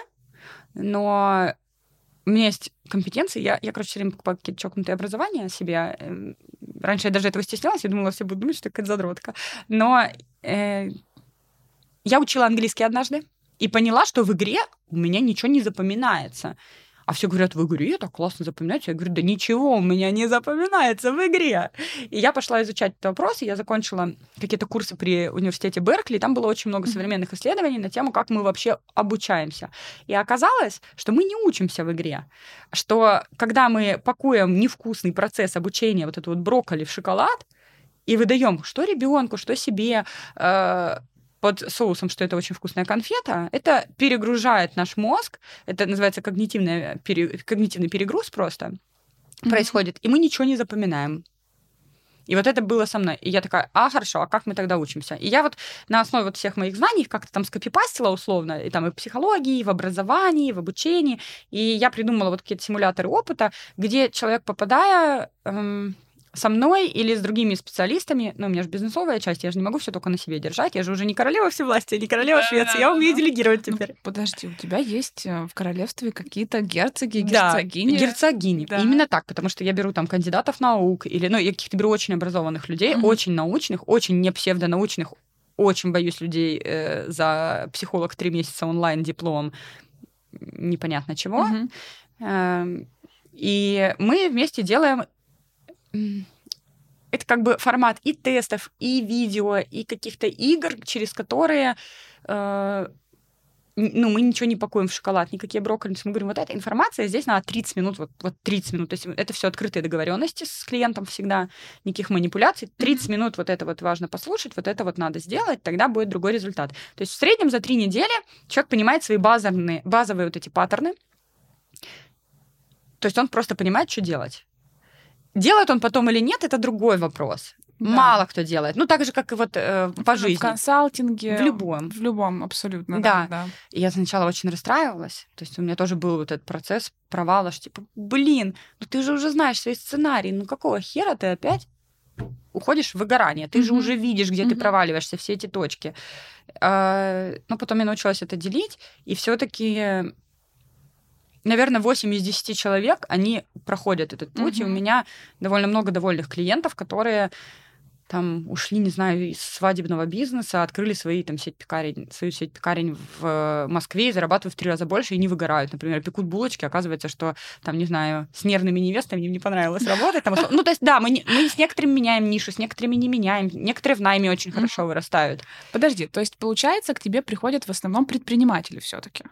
но у меня есть компетенции. Я, я короче, все время покупаю какие-то чокнутые образования себе. Раньше я даже этого стеснялась, я думала, все будут думать, что я какая-то задротка. Но э, я учила английский однажды и поняла, что в игре у меня ничего не запоминается. А все говорят, в игре так классно запоминается. Я говорю, да ничего у меня не запоминается в игре. И я пошла изучать этот вопрос, и я закончила какие-то курсы при университете Беркли, и там было очень много современных исследований на тему, как мы вообще обучаемся. И оказалось, что мы не учимся в игре, что когда мы пакуем невкусный процесс обучения, вот этот вот брокколи в шоколад, и выдаем что ребенку, что себе, э- под соусом, что это очень вкусная конфета, это перегружает наш мозг, это называется когнитивный, пере, когнитивный перегруз просто mm-hmm. происходит, и мы ничего не запоминаем. И вот это было со мной. И я такая, а, хорошо, а как мы тогда учимся? И я вот на основе вот всех моих знаний как-то там скопипастила условно, и там и в психологии, и в образовании, и в обучении, и я придумала вот какие-то симуляторы опыта, где человек, попадая... Эм, со мной или с другими специалистами, ну, у меня же бизнесовая часть, я же не могу все только на себе держать, я же уже не королева всевластия, не королева Швеции, я умею делегировать теперь. Ну, подожди, у тебя есть в королевстве какие-то герцоги, да, герцогини? герцогини, да. Именно так, потому что я беру там кандидатов наук, или, ну, я каких-то беру очень образованных людей, mm-hmm. очень научных, очень не псевдонаучных, очень боюсь людей э, за психолог три месяца онлайн диплом, непонятно чего. Mm-hmm. Э, и мы вместе делаем... Это как бы формат и тестов, и видео, и каких-то игр, через которые э, ну, мы ничего не пакуем в шоколад, никакие брокколи. Мы говорим, вот эта информация, здесь надо тридцать минут, вот, вот тридцать минут. То есть это все открытые договоренности с клиентом всегда, никаких манипуляций. тридцать mm-hmm. минут вот это вот важно послушать, вот это вот надо сделать, тогда будет другой результат. То есть в среднем за три недели человек понимает свои базовые, базовые вот эти паттерны. То есть он просто понимает, что делать. Делает он потом или нет, это другой вопрос. Да. Мало кто делает. Ну, так же, как и вот э, по жизни. В консалтинге. В любом. В любом, абсолютно. Да. да, да. И я сначала очень расстраивалась. То есть у меня тоже был вот этот процесс провала, что типа, блин, ну ты же уже знаешь свои сценарии, ну какого хера ты опять уходишь в выгорание? Ты mm-hmm. же уже видишь, где mm-hmm. ты проваливаешься, все эти точки. А, но потом я научилась это делить, и все-таки... Наверное, восемь из десяти человек, они проходят этот путь, mm-hmm. и у меня довольно много довольных клиентов, которые там ушли, не знаю, из свадебного бизнеса, открыли свои, там, сеть пекарень, свою сеть пекарень в Москве и зарабатывают в три раза больше и не выгорают. Например, пекут булочки, оказывается, что, там, не знаю, с нервными невестами им не понравилось работать. Там, ну, то есть, да, мы, не, мы с некоторыми меняем нишу, с некоторыми не меняем, некоторые в найме очень mm-hmm. хорошо вырастают. Подожди, то есть, получается, к тебе приходят в основном предприниматели все-таки?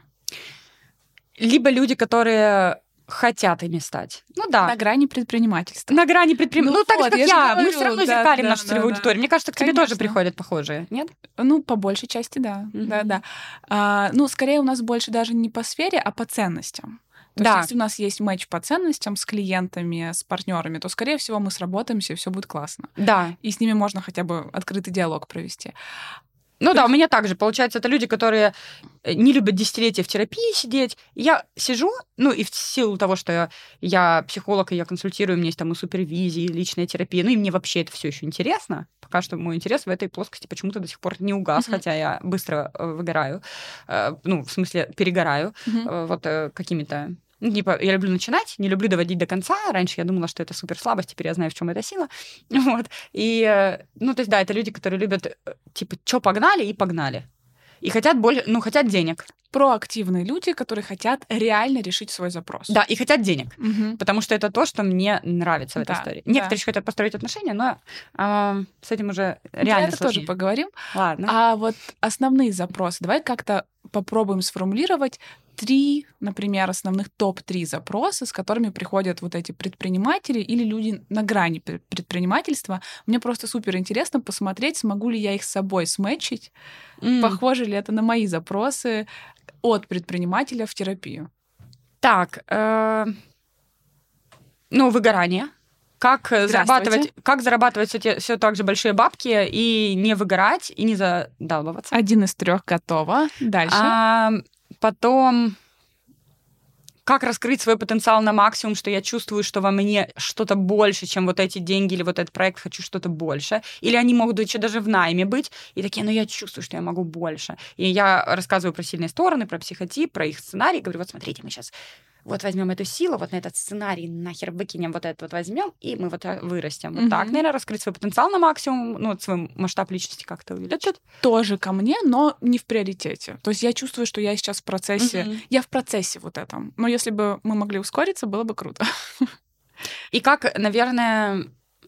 Либо люди, которые хотят ими стать. Ну да. На грани предпринимательства. На грани предпринимательства. Ну, ну вот, так же, как я. я. Говорю, Мы все равно да, зеркалим да, нашу да, целевую да. аудиторию. Мне кажется, к Конечно. тебе тоже приходят похожие, нет? Ну, по большей части, да. Mm-hmm. Да, да. А, ну, скорее у нас больше даже не по сфере, а по ценностям. То да. есть, если у нас есть матч по ценностям с клиентами, с партнерами, то, скорее всего, мы сработаемся, и все будет классно. Да. И с ними можно хотя бы открытый диалог провести. Ну То да, есть... у меня также. Получается, это люди, которые не любят десятилетия в терапии сидеть. Я сижу, ну и в силу того, что я, я психолог, и я консультирую, у меня есть там и супервизии, и личная терапия, ну и мне вообще это все еще интересно. Пока что мой интерес в этой плоскости почему-то до сих пор не угас, mm-hmm. хотя я быстро выгораю. Ну, в смысле, перегораю mm-hmm. вот какими-то Ну, типа, я люблю начинать, не люблю доводить до конца. Раньше я думала, что это супер слабость, теперь я знаю, в чем эта сила. Вот. И, ну, то есть, да, это люди, которые любят, типа, что погнали и погнали. И хотят более, ну, хотят денег. Проактивные люди, которые хотят реально решить свой запрос. Да, и хотят денег. Угу. Потому что это то, что мне нравится в этой Да, истории. да. Некоторые еще хотят построить отношения, но э, с этим уже реально это сложнее. тоже поговорим. Ладно. А вот основные запросы. Давай как-то попробуем сформулировать три, например, основных топ-три запроса, с которыми приходят вот эти предприниматели или люди на грани предпринимательства. Мне просто супер интересно посмотреть, смогу ли я их с собой сметчить, mm. похоже ли это на мои запросы от предпринимателя в терапию. Так, э, ну, выгорание. Как зарабатывать, как зарабатывать все, все так же большие бабки и не выгорать, и не задалбываться. Один из трех готово. Дальше. А, потом, как раскрыть свой потенциал на максимум, что я чувствую, что во мне что-то больше, чем вот эти деньги или вот этот проект, хочу что-то больше. Или они могут еще даже в найме быть, и такие, ну я чувствую, что я могу больше. И я рассказываю про сильные стороны, про психотип, про их сценарий, говорю, вот смотрите, мы сейчас вот возьмем эту силу, вот на этот сценарий нахер выкинем, вот это вот возьмем, и мы вот вырастем. Вот mm-hmm. так, наверное, раскрыть свой потенциал на максимум, ну, вот свой масштаб личности как-то увеличить. Это тоже ко мне, но не в приоритете. То есть я чувствую, что я сейчас в процессе, mm-hmm. я в процессе вот этом. Но если бы мы могли ускориться, было бы круто. И как, наверное,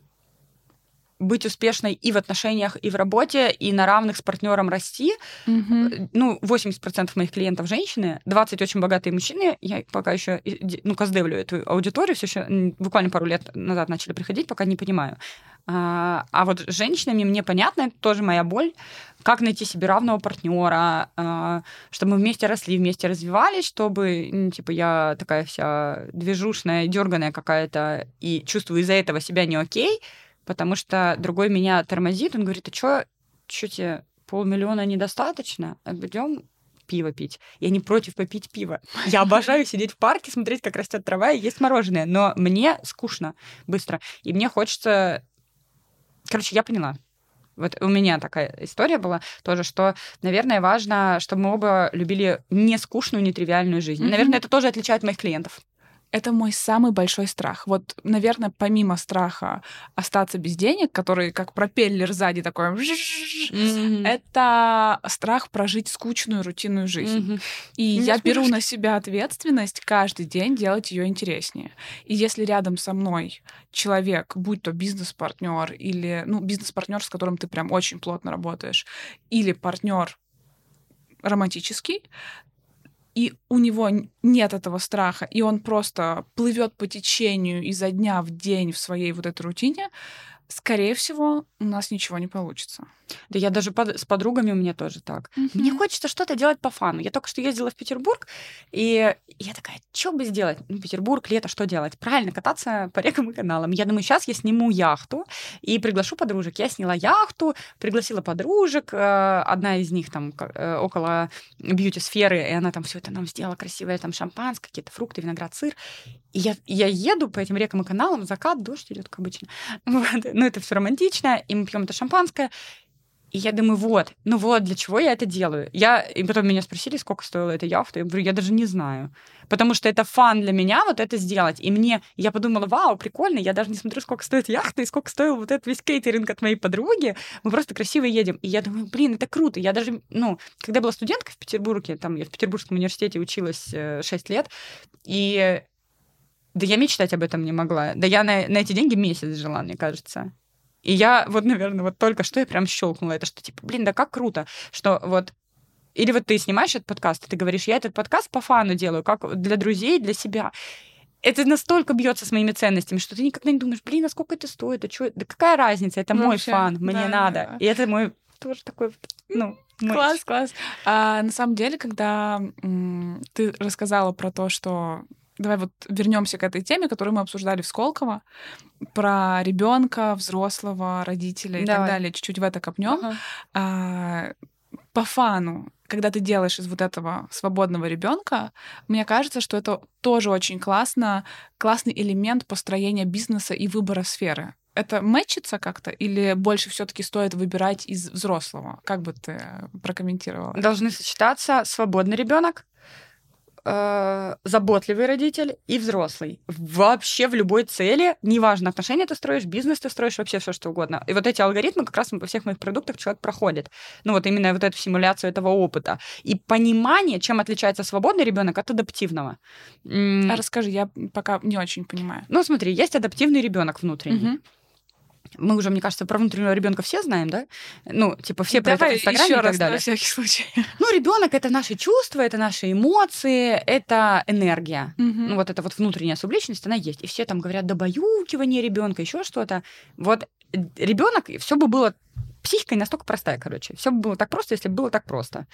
быть успешной и в отношениях, и в работе, и на равных с партнером расти. Mm-hmm. Ну, восемьдесят процентов моих клиентов женщины, двадцать очень богатые мужчины. Я пока еще, ну, каздевлю эту аудиторию, все еще буквально пару лет назад начали приходить, пока не понимаю. А, а вот с женщинами мне понятно, это тоже моя боль, как найти себе равного партнера, а, чтобы мы вместе росли, вместе развивались, чтобы, ну, типа, я такая вся движушная, дерганая какая-то, и чувствую из-за этого себя не окей, потому что другой меня тормозит, он говорит, а чё, чё тебе полмиллиона недостаточно? Идем пиво пить. Я не против попить пиво. Я обожаю сидеть в парке, смотреть, как растет трава и есть мороженое, но мне скучно быстро. И мне хочется... Короче, я поняла. Вот у меня такая история была тоже, что, наверное, важно, чтобы мы оба любили не скучную, нетривиальную жизнь. Mm-hmm. Наверное, это тоже отличает моих клиентов. Это мой самый большой страх. Вот, наверное, помимо страха остаться без денег, который как пропеллер сзади такой, mm-hmm. это страх прожить скучную рутинную жизнь. Mm-hmm. И mm-hmm. я беру на себя ответственность каждый день делать ее интереснее. И если рядом со мной человек, будь то бизнес-партнер или, ну, бизнес-партнер, с которым ты прям очень плотно работаешь, или партнер романтический, и у него нет этого страха, и он просто плывет по течению изо дня в день в своей вот этой рутине, скорее всего, у нас ничего не получится. Да я даже под, с подругами у меня тоже так. Mm-hmm. Мне хочется что-то делать по фану. Я только что ездила в Петербург, и я такая, что бы сделать? Ну, Петербург, лето, что делать? Правильно, кататься по рекам и каналам. Я думаю, сейчас я сниму яхту и приглашу подружек. Я сняла яхту, пригласила подружек. Одна из них там около бьюти-сферы, и она там все это нам сделала красивое, там шампанское, какие-то фрукты, виноград, сыр. И я, я еду по этим рекам и каналам, закат, дождь идет, как обычно. Вот. Ну, это все романтично, и мы пьем это шампанское. И я думаю, вот, ну вот, для чего я это делаю? Я... И потом меня спросили, сколько стоила эта яхта. Я говорю, я даже не знаю. Потому что это фан для меня вот это сделать. И мне... Я подумала, вау, прикольно, я даже не смотрю, сколько стоит яхта и сколько стоил вот этот весь кейтеринг от моей подруги. Мы просто красиво едем. И я думаю, блин, это круто. Я даже, ну, когда была студенткой в Петербурге, там я в Петербургском университете училась шесть лет, и... Да я мечтать об этом не могла. Да я на, на эти деньги месяц жила, мне кажется. И я вот, наверное, вот только что я прям щелкнула это, что типа, блин, да как круто, что вот... Или вот ты снимаешь этот подкаст, и ты говоришь, я этот подкаст по фану делаю, как для друзей, для себя. Это настолько бьется с моими ценностями, что ты никогда не думаешь, блин, а сколько это стоит, а что... Да какая разница, это Вообще, мой фан, мне да, надо. Да. И это мой тоже такой, ну... Класс, класс. А, на самом деле, когда м- ты рассказала про то, что... Давай вот вернемся к этой теме, которую мы обсуждали в Сколково, про ребенка, взрослого, родителя и Давай. так далее. Чуть-чуть в это копнем. Ага. А, по фану, когда ты делаешь из вот этого свободного ребенка, мне кажется, что это тоже очень классно, классный элемент построения бизнеса и выбора сферы. Это мэчится как-то или больше все-таки стоит выбирать из взрослого? Как бы ты прокомментировала? Должны сочетаться свободный ребенок, э, заботливый родитель и взрослый. Вообще в любой цели, неважно, отношения ты строишь, бизнес ты строишь, вообще все что угодно. И вот эти алгоритмы как раз во всех моих продуктах человек проходит. Ну вот именно вот эту симуляцию этого опыта. И понимание, чем отличается свободный ребенок от адаптивного. А расскажи, я пока не очень понимаю. Ну смотри, есть адаптивный ребенок внутренний. Угу. Мы уже, мне кажется, про внутреннего ребенка все знаем, да? Ну, типа, все про это в Давай Инстаграме еще и так раз, далее. на всякий случай. Ну, ребенок это наши чувства, это наши эмоции, это энергия. Угу. Ну, вот эта вот внутренняя субличность, она есть. И все там говорят, добаюкивание ребенка, еще что-то. Вот ребенок, все бы было. Психика не настолько простая, короче. Все бы было так просто, если бы было так просто.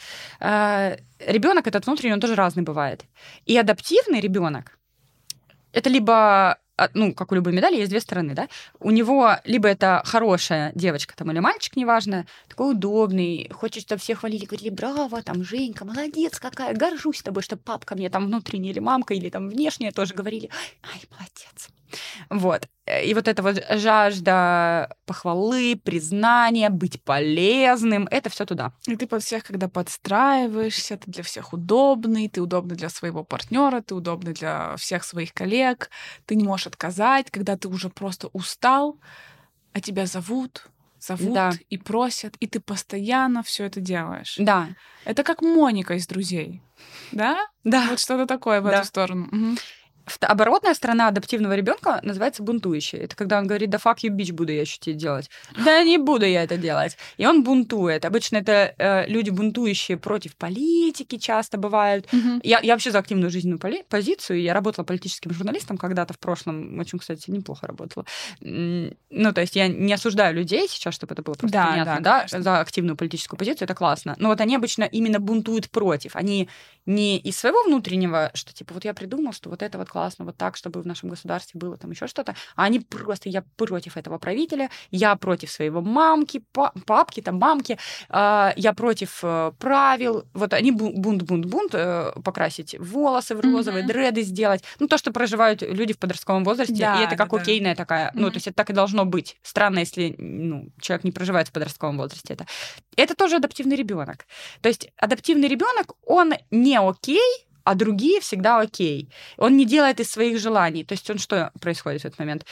Ребенок этот внутренний, он тоже разный бывает. И адаптивный ребенок это либо ну, как у любой медали, есть две стороны, да? У него либо это хорошая девочка там, или мальчик, неважно, такой удобный, хочет, чтобы все хвалили, говорили, браво, там, Женька, молодец какая, горжусь тобой, что папка мне там внутренне или мамка, или там внешне тоже говорили, ай, молодец. Вот. И вот эта вот жажда похвалы, признания, быть полезным, это все туда. И ты под всех, когда подстраиваешься, ты для всех удобный, ты удобный для своего партнера, ты удобный для всех своих коллег, ты не можешь отказать, когда ты уже просто устал, а тебя зовут, зовут Да. и просят, и ты постоянно все это делаешь. Да. Это как Моника из «Друзей», да? Да. Вот что-то такое в Да. эту сторону. Угу. Оборотная сторона адаптивного ребенка называется бунтующий. Это когда он говорит, да fuck you, bitch, буду я еще тебе делать. Да не буду я это делать. И он бунтует. Обычно это э, люди, бунтующие против политики, часто бывают. Угу. Я, я вообще за активную жизненную поли- позицию. Я работала политическим журналистом когда-то в прошлом. Очень, кстати, неплохо работала. Ну, то есть я не осуждаю людей сейчас, чтобы это было просто Да, понятно, да, да, за активную политическую позицию. Это классно. Но вот они обычно именно бунтуют против. Они не из своего внутреннего, что типа вот я придумал, что вот это вот классно, вот так, чтобы в нашем государстве было там еще что-то, а они просто, я против этого правителя, я против своего мамки, папки, там, мамки, э, я против э, правил, вот они бунт-бунт-бунт, э, покрасить волосы в розовые, mm-hmm. дреды сделать, ну, то, что проживают люди в подростковом возрасте, да, и это как да, окейная да. такая, mm-hmm. ну, то есть это так и должно быть. Странно, если ну, человек не проживает в подростковом возрасте. Это, это тоже адаптивный ребенок. То есть адаптивный ребенок, он не окей, а другие всегда окей. Он не делает из своих желаний. То есть он что происходит в этот момент?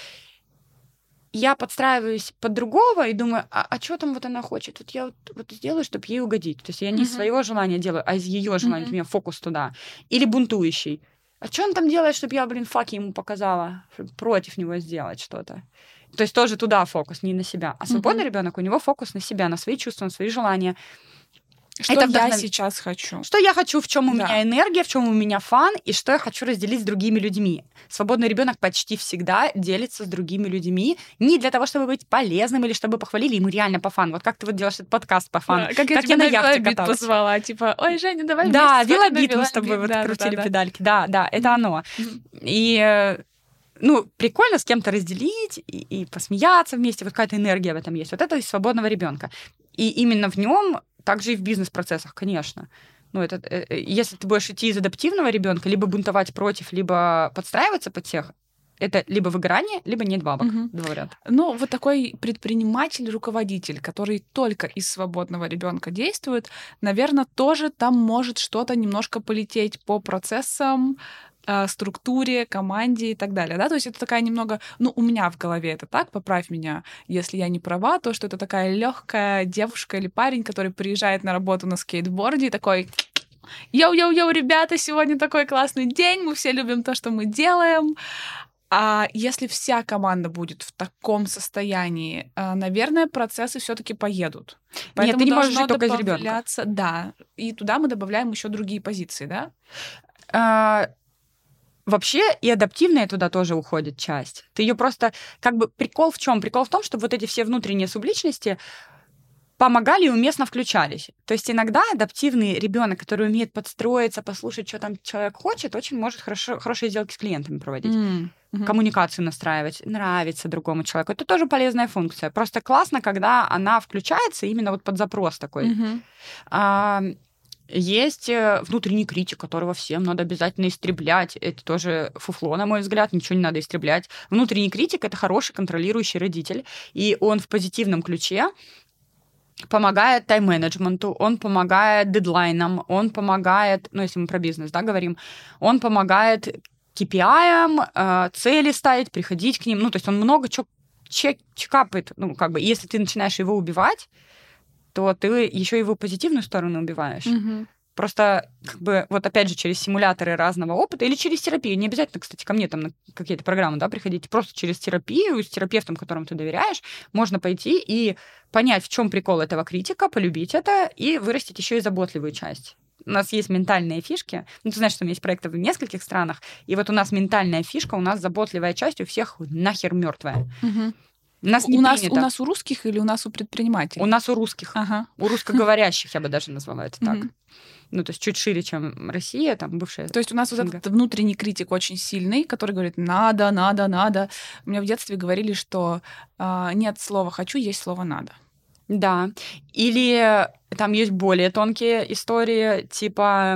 Я подстраиваюсь под другого и думаю, а, а что там вот она хочет? Вот я вот, вот сделаю, чтобы ей угодить. То есть я не из mm-hmm. своего желания делаю, а из ее желания. Mm-hmm. У меня фокус туда. Или бунтующий. А что он там делает, чтобы я, блин, факи ему показала? Чтобы против него сделать что-то. То есть тоже туда фокус, не на себя. А свободный mm-hmm. ребенок, у него фокус на себя, на свои чувства, на свои желания. Что это я вдохнов... сейчас хочу. Что я хочу, в чем у да. меня энергия, в чем у меня фан, и что я хочу разделить с другими людьми. Свободный ребенок почти всегда делится с другими людьми не для того, чтобы быть полезным или чтобы похвалили, ему реально по фану. Вот как ты вот делаешь этот подкаст по фану. Да, как, как я тебя на яхте каталась. Позвала, типа, ой, Женя, давай да, вместе. Да, велобит мы с тобой вот да, крутили да, да, педальки. Да, да, это оно. И... Ну, прикольно с кем-то разделить и, и посмеяться вместе, вот какая-то энергия в этом есть. Вот это из свободного ребенка. И именно в нем, также и в бизнес-процессах, конечно. Ну, это, если ты будешь идти из адаптивного ребенка, либо бунтовать против, либо подстраиваться под всех, это либо выгорание, либо нет бабок. Угу. Два варианта. Ну, вот такой предприниматель, руководитель, который только из свободного ребенка действует, наверное, тоже там может что-то немножко полететь по процессам, структуре, команде и так далее, да, то есть это такая немного, ну, у меня в голове это так, поправь меня, если я не права, то что это такая легкая девушка или парень, который приезжает на работу на скейтборде и такой: йоу-йоу-йоу, ребята, сегодня такой классный день, мы все любим то, что мы делаем. А если вся команда будет в таком состоянии, наверное, процессы все-таки поедут. Поэтому Нет, ты не можешь жить только из ребенка. Да, и туда мы добавляем еще другие позиции, да? А... Вообще и адаптивная туда тоже уходит часть. Ты ее просто... Как бы прикол в чем? Прикол в том, чтобы вот эти все внутренние субличности помогали и уместно включались. То есть иногда адаптивный ребенок, который умеет подстроиться, послушать, что там человек хочет, очень может хорошо, хорошие сделки с клиентами проводить. Mm-hmm. Коммуникацию настраивать, нравится другому человеку. Это тоже полезная функция. Просто классно, когда она включается именно вот под запрос такой. Mm-hmm. А, Есть внутренний критик, которого всем надо обязательно истреблять. Это тоже фуфло, на мой взгляд, ничего не надо истреблять. Внутренний критик — это хороший контролирующий родитель, и он в позитивном ключе помогает тайм-менеджменту, он помогает дедлайнам, он помогает, ну, если мы про бизнес, да, говорим, он помогает кей пи ай-ам, э, цели ставить, приходить к ним, ну, то есть он много чего чек, чекапает, ну, как бы, если ты начинаешь его убивать, то ты еще его позитивную сторону убиваешь. Mm-hmm. Просто, как бы, вот опять же, через симуляторы разного опыта или через терапию. Не обязательно, кстати, ко мне там на какие-то программы, да, приходить. Просто через терапию, с терапевтом, которому ты доверяешь, можно пойти и понять, в чем прикол этого критика, полюбить это и вырастить еще и заботливую часть. У нас есть ментальные фишки. Ну, ты знаешь, что у меня есть проекты в нескольких странах. И вот у нас ментальная фишка, у нас заботливая часть у всех нахер мертвая. Mm-hmm. У нас не у нас, принято. У нас у русских или у нас у предпринимателей? У нас у русских. Ага. У русскоговорящих, я бы даже назвала это так. Mm-hmm. Ну, то есть чуть шире, чем Россия, там, бывшая. То есть у нас вот этот внутренний критик очень сильный, который говорит «надо, надо, надо». Мне в детстве говорили, что э, нет слова «хочу», есть слово «надо». Да. Или там есть более тонкие истории, типа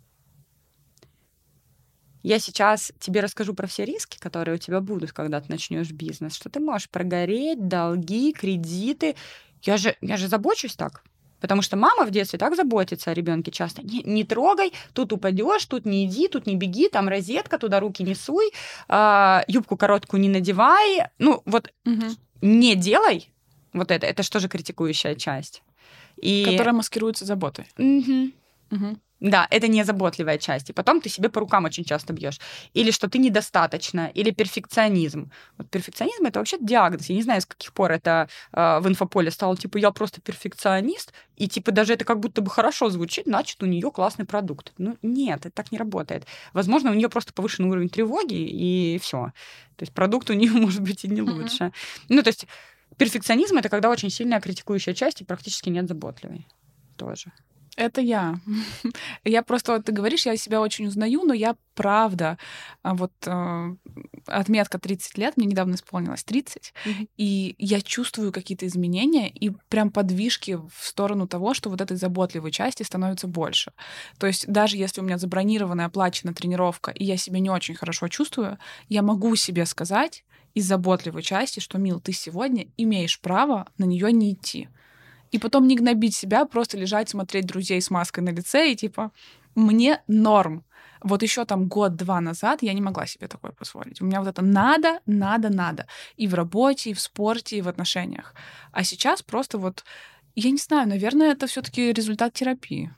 я сейчас тебе расскажу про все риски, которые у тебя будут, когда ты начнешь бизнес, что ты можешь прогореть, долги, кредиты. Я же, я же забочусь так. Потому что мама в детстве так заботится о ребенке часто. Не, не трогай, тут упадешь, тут не иди, тут не беги, там розетка, туда руки не суй, э, юбку короткую не надевай. Ну, вот угу. не делай вот это. Это что же критикующая часть? И... Которая маскируется заботой. Угу. Угу. Да, это незаботливая часть. И потом ты себе по рукам очень часто бьешь. Или что ты недостаточно, или перфекционизм. Вот перфекционизм — это вообще диагноз. Я не знаю, с каких пор это э, в инфополе стало. Типа, я просто перфекционист, и типа даже это как будто бы хорошо звучит, значит, у нее классный продукт. Ну, нет, это так не работает. Возможно, у нее просто повышенный уровень тревоги, и все. То есть продукт у нее может быть и не лучше. Mm-hmm. Ну, то есть перфекционизм — это когда очень сильная критикующая часть, и практически нет заботливой тоже. Это я. Я просто, вот ты говоришь, я себя очень узнаю, но я правда, вот э, отметка тридцать лет, мне недавно исполнилось тридцать, mm-hmm. и я чувствую какие-то изменения и прям подвижки в сторону того, что вот этой заботливой части становится больше. То есть даже если у меня забронированная, оплачена тренировка, и я себя не очень хорошо чувствую, я могу себе сказать из заботливой части, что, Мил, ты сегодня имеешь право на нее не идти. И потом не гнобить себя, просто лежать, смотреть друзей с маской на лице и типа мне норм. Вот еще там год-два назад я не могла себе такое позволить. У меня вот это надо, надо, надо. И в работе, и в спорте, и в отношениях. А сейчас просто вот, я не знаю, наверное, это все-таки результат терапии.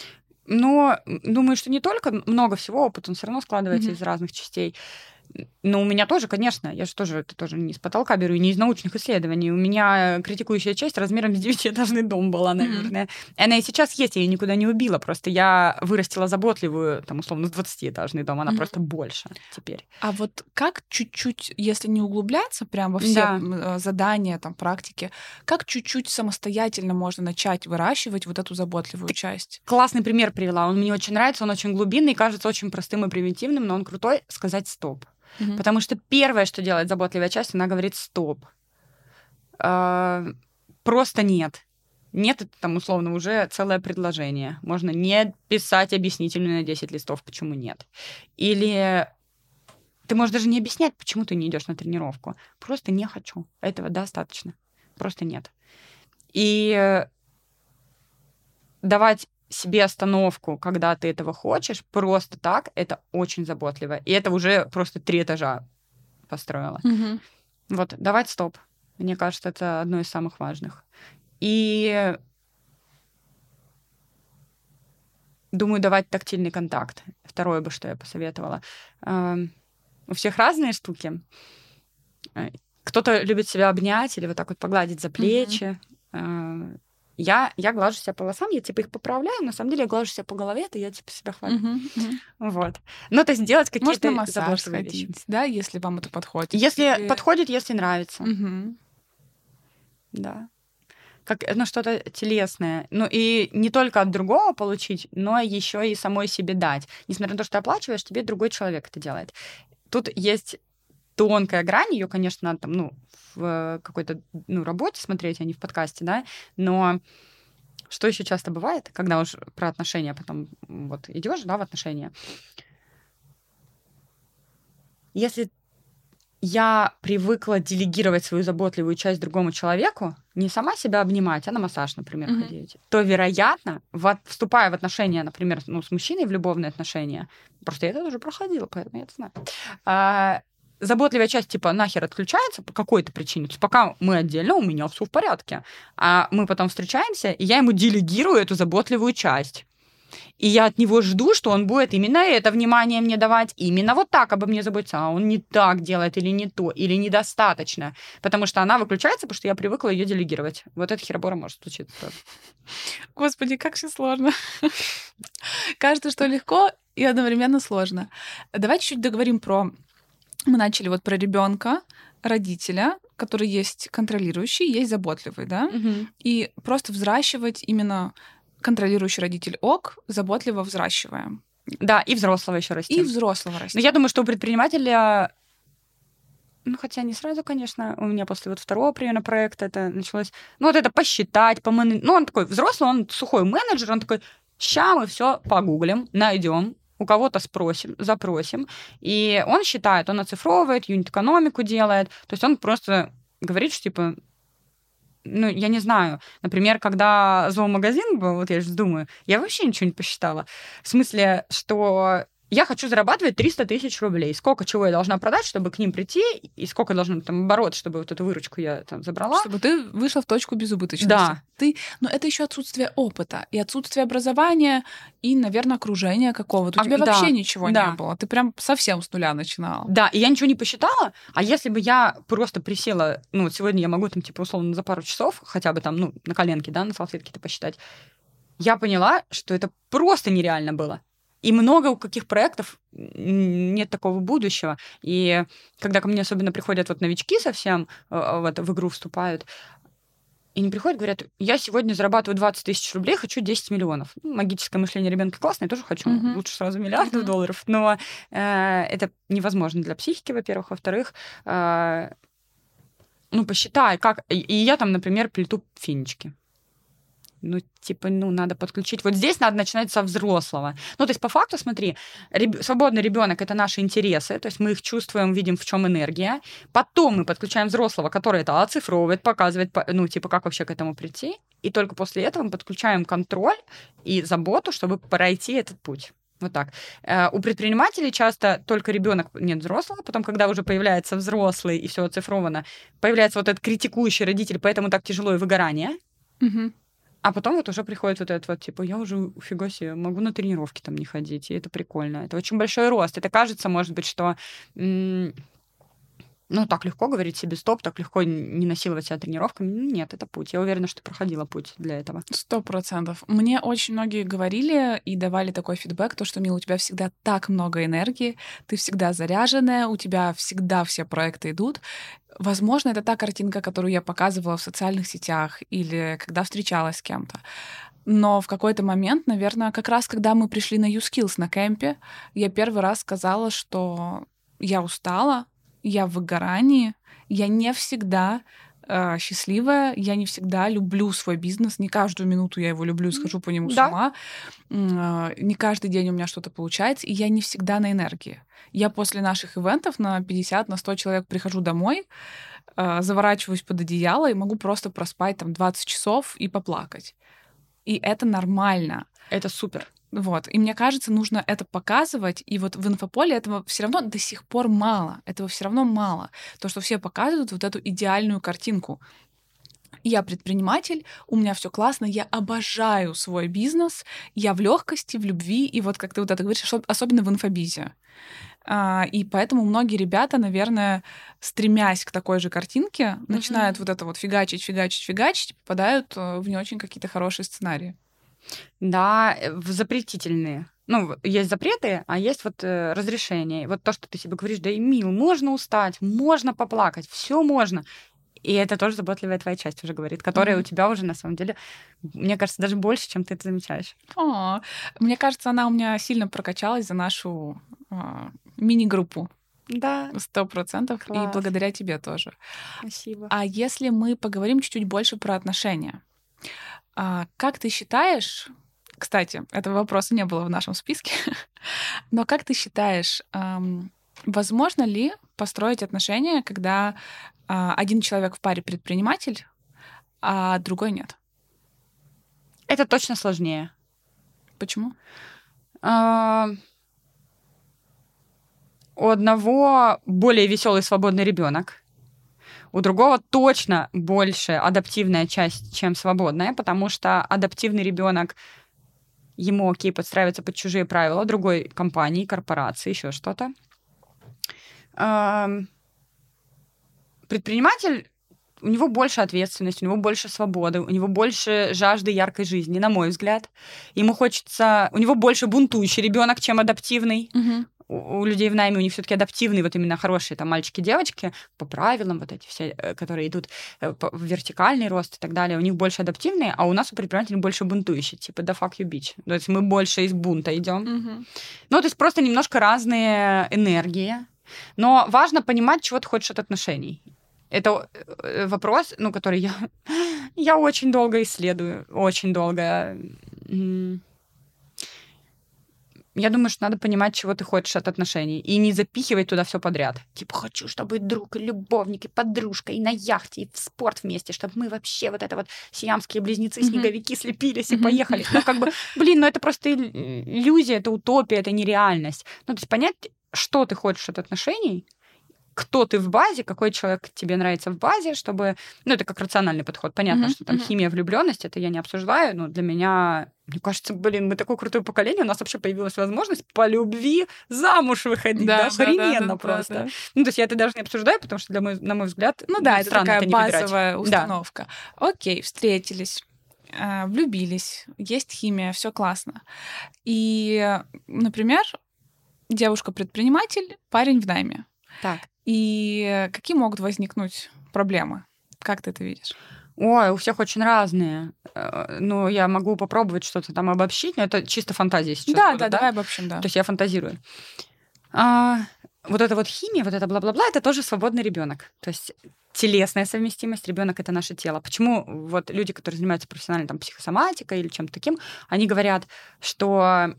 Но думаю, что не только много всего, опыт, он все равно складывается mm-hmm. из разных частей. Но у меня тоже, конечно, я же тоже, это тоже не с потолка беру, не из научных исследований. У меня критикующая часть размером с девятиэтажный дом была, наверное. Mm-hmm. Она и сейчас есть, я ее никуда не убила. Просто я вырастила заботливую, там, условно, двадцатиэтажный дом. Она mm-hmm. просто больше теперь. А вот как чуть-чуть, если не углубляться прямо во все да. задания, там, практики, как чуть-чуть самостоятельно можно начать выращивать вот эту заботливую Ты часть? Классный пример привела. Он мне очень нравится, он очень глубинный, кажется очень простым и примитивным, но он крутой. Сказать «стоп». Mm-hmm. Потому что первое, что делает заботливая часть, она говорит «стоп». А, просто нет. Нет, это там условно уже целое предложение. Можно не писать объяснительную на десять листов, почему нет. Или ты можешь даже не объяснять, почему ты не идешь на тренировку. Просто не хочу. Этого достаточно. Просто нет. И давать себе остановку, когда ты этого хочешь, просто так, это очень заботливо. И это уже просто три этажа построила. Mm-hmm. Вот, давать стоп. Мне кажется, это одно из самых важных. И думаю, давать тактильный контакт. Второе бы, что я посоветовала. У всех разные штуки. Кто-то любит себя обнять или вот так вот погладить за плечи. Mm-hmm. Я, я глажу себя по волосам, я типа их поправляю, на самом деле я глажу себя по голове, это я типа себя хвалю. Uh-huh, uh-huh. Вот. Ну, то есть делать какие-то... Можно на массаж сходить, да, если вам это подходит? Если Или... подходит, если нравится. Uh-huh. Да. Как, ну, что-то телесное. Ну, и не только от другого получить, но еще и самой себе дать. Несмотря на то, что ты оплачиваешь, тебе другой человек это делает. Тут есть тонкая грань, ее, конечно, надо там, ну, в какой-то, ну, работе смотреть, а не в подкасте, да, но что еще часто бывает, когда уж про отношения потом вот идешь, да, в отношения. Если я привыкла делегировать свою заботливую часть другому человеку, не сама себя обнимать, а на массаж, например, mm-hmm. ходить, то, вероятно, в, вступая в отношения, например, ну, с мужчиной, в любовные отношения, просто я это уже проходила, поэтому я это знаю, а, заботливая часть, типа, нахер отключается по какой-то причине. То есть пока мы отдельно, у меня все в порядке. А мы потом встречаемся, и я ему делегирую эту заботливую часть. И я от него жду, что он будет именно это внимание мне давать, именно вот так обо мне заботиться, а он не так делает, или не то, или недостаточно. Потому что она выключается, потому что я привыкла ее делегировать. Вот это херобора может случиться тоже. Господи, как все сложно. Кажется, что легко и одновременно сложно. Давай чуть-чуть договорим про... Мы начали вот про ребенка, родителя, который есть контролирующий, есть заботливый, да? Угу. И просто взращивать именно контролирующий родитель ок, заботливо взращиваем. Да, и взрослого еще растим. И взрослого растим. Но я думаю, что у предпринимателя... Ну, хотя не сразу, конечно. У меня после вот второго приема проекта это началось... Ну, вот это посчитать, помен... Ну, он такой взрослый, он сухой менеджер, он такой, ща мы все погуглим, найдем, у кого-то спросим, запросим. И он считает, он оцифровывает, юнит-экономику делает. То есть он просто говорит, что, типа... Ну, я не знаю. Например, когда зоомагазин был, вот я же думаю, я вообще ничего не посчитала. В смысле, что я хочу зарабатывать триста тысяч рублей. Сколько чего я должна продать, чтобы к ним прийти, и сколько должен там оборот, чтобы вот эту выручку я там забрала. Чтобы ты вышла в точку безубыточности. Да. Ты... Но это еще отсутствие опыта, и отсутствие образования, и, наверное, окружения какого-то. У А, тебя да, вообще ничего да. не было. Ты прям совсем с нуля начинала. Да, и я ничего не посчитала, а если бы я просто присела, ну, вот сегодня я могу там, типа, условно, за пару часов, хотя бы там, ну, на коленке, да, на салфетке-то посчитать, я поняла, что это просто нереально было. И много у каких проектов нет такого будущего. И когда ко мне особенно приходят вот новички совсем, вот, в игру вступают, и не приходят, говорят, я сегодня зарабатываю двадцать тысяч рублей, хочу десять миллионов. Ну, магическое мышление ребенка классное, я тоже хочу. Uh-huh. Лучше сразу миллиардов uh-huh. долларов. Но э, это невозможно для психики, во-первых. Во-вторых, э, ну, посчитай, как... И, и я там, например, плету фенечки. Ну, типа, ну, надо подключить. Вот здесь надо начинать со взрослого. Ну, то есть, по факту, смотри, реб... свободный ребенок это наши интересы, то есть мы их чувствуем, видим, в чем энергия. Потом мы подключаем взрослого, который это оцифровывает, показывает, ну, типа, как вообще к этому прийти. И только после этого мы подключаем контроль и заботу, чтобы пройти этот путь. Вот так. У предпринимателей часто только ребенок, нет взрослого, потом, когда уже появляется взрослый и все оцифровано, появляется вот этот критикующий родитель, поэтому так тяжело и выгорание. Угу. А потом вот уже приходит вот этот вот, типа, я уже, фига себе, могу на тренировки там не ходить, и это прикольно. Это очень большой рост. Это кажется, может быть, что... М- ну, так легко говорить себе стоп, так легко не насиловать себя тренировками. Нет, это путь. Я уверена, что ты проходила путь для этого. Сто процентов. Мне очень многие говорили и давали такой фидбэк, то, что, Мила, у тебя всегда так много энергии, ты всегда заряженная, у тебя всегда все проекты идут. Возможно, это та картинка, которую я показывала в социальных сетях или когда встречалась с кем-то. Но в какой-то момент, наверное, как раз когда мы пришли на YouSkills на кемпе, я первый раз сказала, что я устала, я в выгорании, я не всегда э, счастливая, я не всегда люблю свой бизнес, не каждую минуту я его люблю, схожу по нему да. с ума, э, не каждый день у меня что-то получается, и я не всегда на энергии. Я после наших ивентов на пятьдесят, на сто человек прихожу домой, э, заворачиваюсь под одеяло и могу просто проспать там двадцать часов и поплакать. И это нормально. Это супер. Вот. И мне кажется, нужно это показывать. И вот в инфополе этого все равно до сих пор мало. Этого все равно мало. То, что все показывают вот эту идеальную картинку. Я предприниматель, у меня все классно, я обожаю свой бизнес, я в легкости, в любви, и вот как ты вот это говоришь, особенно в инфобизе. И поэтому многие ребята, наверное, стремясь к такой же картинке, mm-hmm. начинают вот это вот фигачить, фигачить, фигачить, и попадают в не очень какие-то хорошие сценарии. Да, в запретительные. Ну, есть запреты, а есть вот э, разрешения. Вот то, что ты себе говоришь, да, Эмил, можно устать, можно поплакать, все можно. И это тоже заботливая твоя часть уже говорит, которая mm-hmm. у тебя уже, на самом деле, мне кажется, даже больше, чем ты это замечаешь. О, мне кажется, она у меня сильно прокачалась за нашу э, мини-группу. Да. Сто процентов. И благодаря тебе тоже. Спасибо. А если мы поговорим чуть-чуть больше про отношения? А как ты считаешь, кстати, этого вопроса не было в нашем списке, но как ты считаешь, эм, возможно ли построить отношения, когда а, один человек в паре предприниматель, а другой нет? Это точно сложнее. Почему? А, у одного более веселый свободный ребенок, у другого точно больше адаптивная часть, чем свободная, потому что адаптивный ребенок ему окей подстраиваться под чужие правила другой компании, корпорации, еще что-то. А, предприниматель, у него больше ответственности, у него больше свободы, у него больше жажды яркой жизни, на мой взгляд. Ему хочется... У него больше бунтующий ребенок, чем адаптивный. Угу. У, у людей в найме у них все-таки адаптивные, вот именно хорошие там мальчики-девочки, по правилам вот эти все, которые идут в вертикальный рост и так далее, у них больше адаптивные, а у нас у предпринимателей больше бунтующие, типа да fuck you bitch. То есть мы больше из бунта идем. Угу. Ну, то есть просто немножко разные энергии. Но важно понимать, чего ты хочешь от отношений. Это вопрос, ну, который я, я очень долго исследую, очень долго. Я думаю, что надо понимать, чего ты хочешь от отношений, и не запихивать туда все подряд. Типа, хочу, чтобы друг, и любовник, и подружка, и на яхте, и в спорт вместе, чтобы мы вообще вот это вот сиамские близнецы-снеговики слепились и поехали. Ну, как бы, блин, ну это просто иллюзия, это утопия, это нереальность. Ну, то есть понять, что ты хочешь от отношений, кто ты в базе, какой человек тебе нравится в базе, чтобы... Ну, это как рациональный подход. Понятно, mm-hmm. что там mm-hmm. химия, влюбленность, это я не обсуждаю, но для меня, мне кажется, блин, мы такое крутое поколение, у нас вообще появилась возможность по любви замуж выходить. Да, да, охрененно да, да, просто. Да, да. Ну, то есть я это даже не обсуждаю, потому что, для мой, на мой взгляд, ну да, это такая это базовая установка. Да. Окей, встретились, влюбились, есть химия, все классно. И, например, девушка-предприниматель, парень в найме. Так. И какие могут возникнуть проблемы? Как ты это видишь? Ой, у всех очень разные. Ну, я могу попробовать что-то там обобщить, но это чисто фантазия сейчас. Да, будет, да, да, давай обобщим, да. То есть я фантазирую. А, вот эта вот химия, вот это бла-бла-бла, это тоже свободный ребенок. То есть телесная совместимость, ребенок это наше тело. Почему вот люди, которые занимаются профессиональной там, психосоматикой или чем-то таким, они говорят, что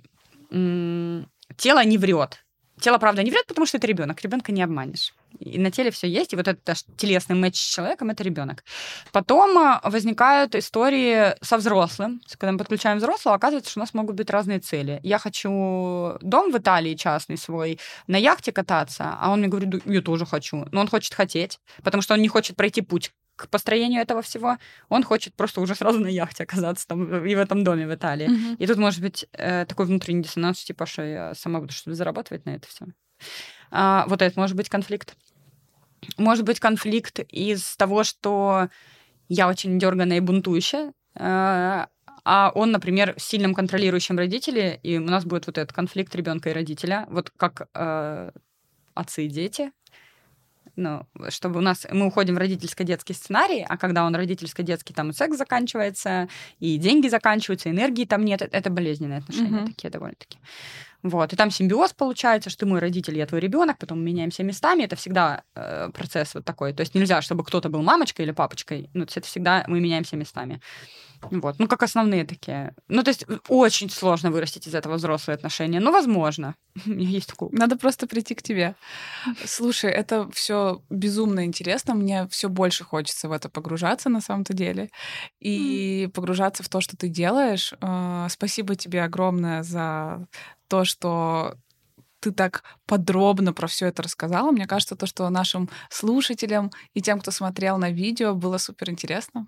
м- тело не врет. Тело, правда, не врет, потому что это ребенок. Ребенка не обманешь. И на теле все есть, и вот этот телесный матч с человеком это ребенок. Потом возникают истории со взрослым. Когда мы подключаем взрослого, оказывается, что у нас могут быть разные цели. Я хочу дом в Италии частный свой, на яхте кататься, а он мне говорит, я тоже хочу. Но он хочет хотеть, потому что он не хочет пройти путь к построению этого всего, он хочет просто уже сразу на яхте оказаться там и в этом доме в Италии. Mm-hmm. И тут может быть э, такой внутренний диссонанс, типа, что я сама буду что-то зарабатывать на это все. А, вот это может быть конфликт. Может быть конфликт из того, что я очень дерганая и бунтующая, э, а он, например, сильным контролирующим родителем, и у нас будет вот этот конфликт ребенка и родителя, вот как э, отцы и дети. Ну, чтобы у нас... Мы уходим в родительско-детский сценарий, а когда он родительско-детский, там и секс заканчивается, и деньги заканчиваются, энергии там нет. Это болезненные отношения mm-hmm. такие довольно-таки. Вот. И там симбиоз получается, что ты мой родитель, я твой ребенок, потом мы меняемся местами. Это всегда э, процесс вот такой. То есть нельзя, чтобы кто-то был мамочкой или папочкой. Ну, то есть это всегда мы меняемся местами. Вот. Ну, как основные такие. Ну, то есть очень сложно вырастить из этого взрослые отношения. Ну, возможно. У меня есть такое. Надо просто прийти к тебе. Слушай, это все безумно интересно. Мне все больше хочется в это погружаться на самом-то деле. И mm. погружаться в то, что ты делаешь. Спасибо тебе огромное за то, что ты так подробно про все это рассказала. Мне кажется, то, что нашим слушателям и тем, кто смотрел на видео, было супер интересно.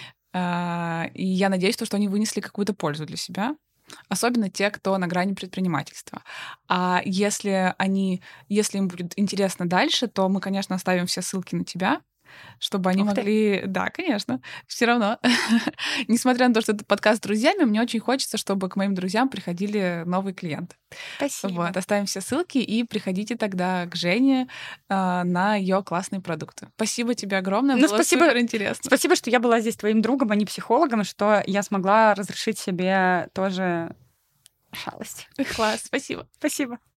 И я надеюсь, что они вынесли какую-то пользу для себя, особенно те, кто на грани предпринимательства. А если они, если им будет интересно дальше, то мы, конечно, оставим все ссылки на тебя, чтобы они Ух могли... Ты. Да, конечно. Все равно. Несмотря на то, что это подкаст с друзьями, мне очень хочется, чтобы к моим друзьям приходили новые клиенты. Спасибо. Вот, оставим все ссылки и приходите тогда к Жене э, на ее классные продукты. Спасибо тебе огромное, ну, было спасибо, супер интересно. Спасибо, что я была здесь твоим другом, а не психологом, и что я смогла разрешить себе тоже шалость. Класс, спасибо. Спасибо.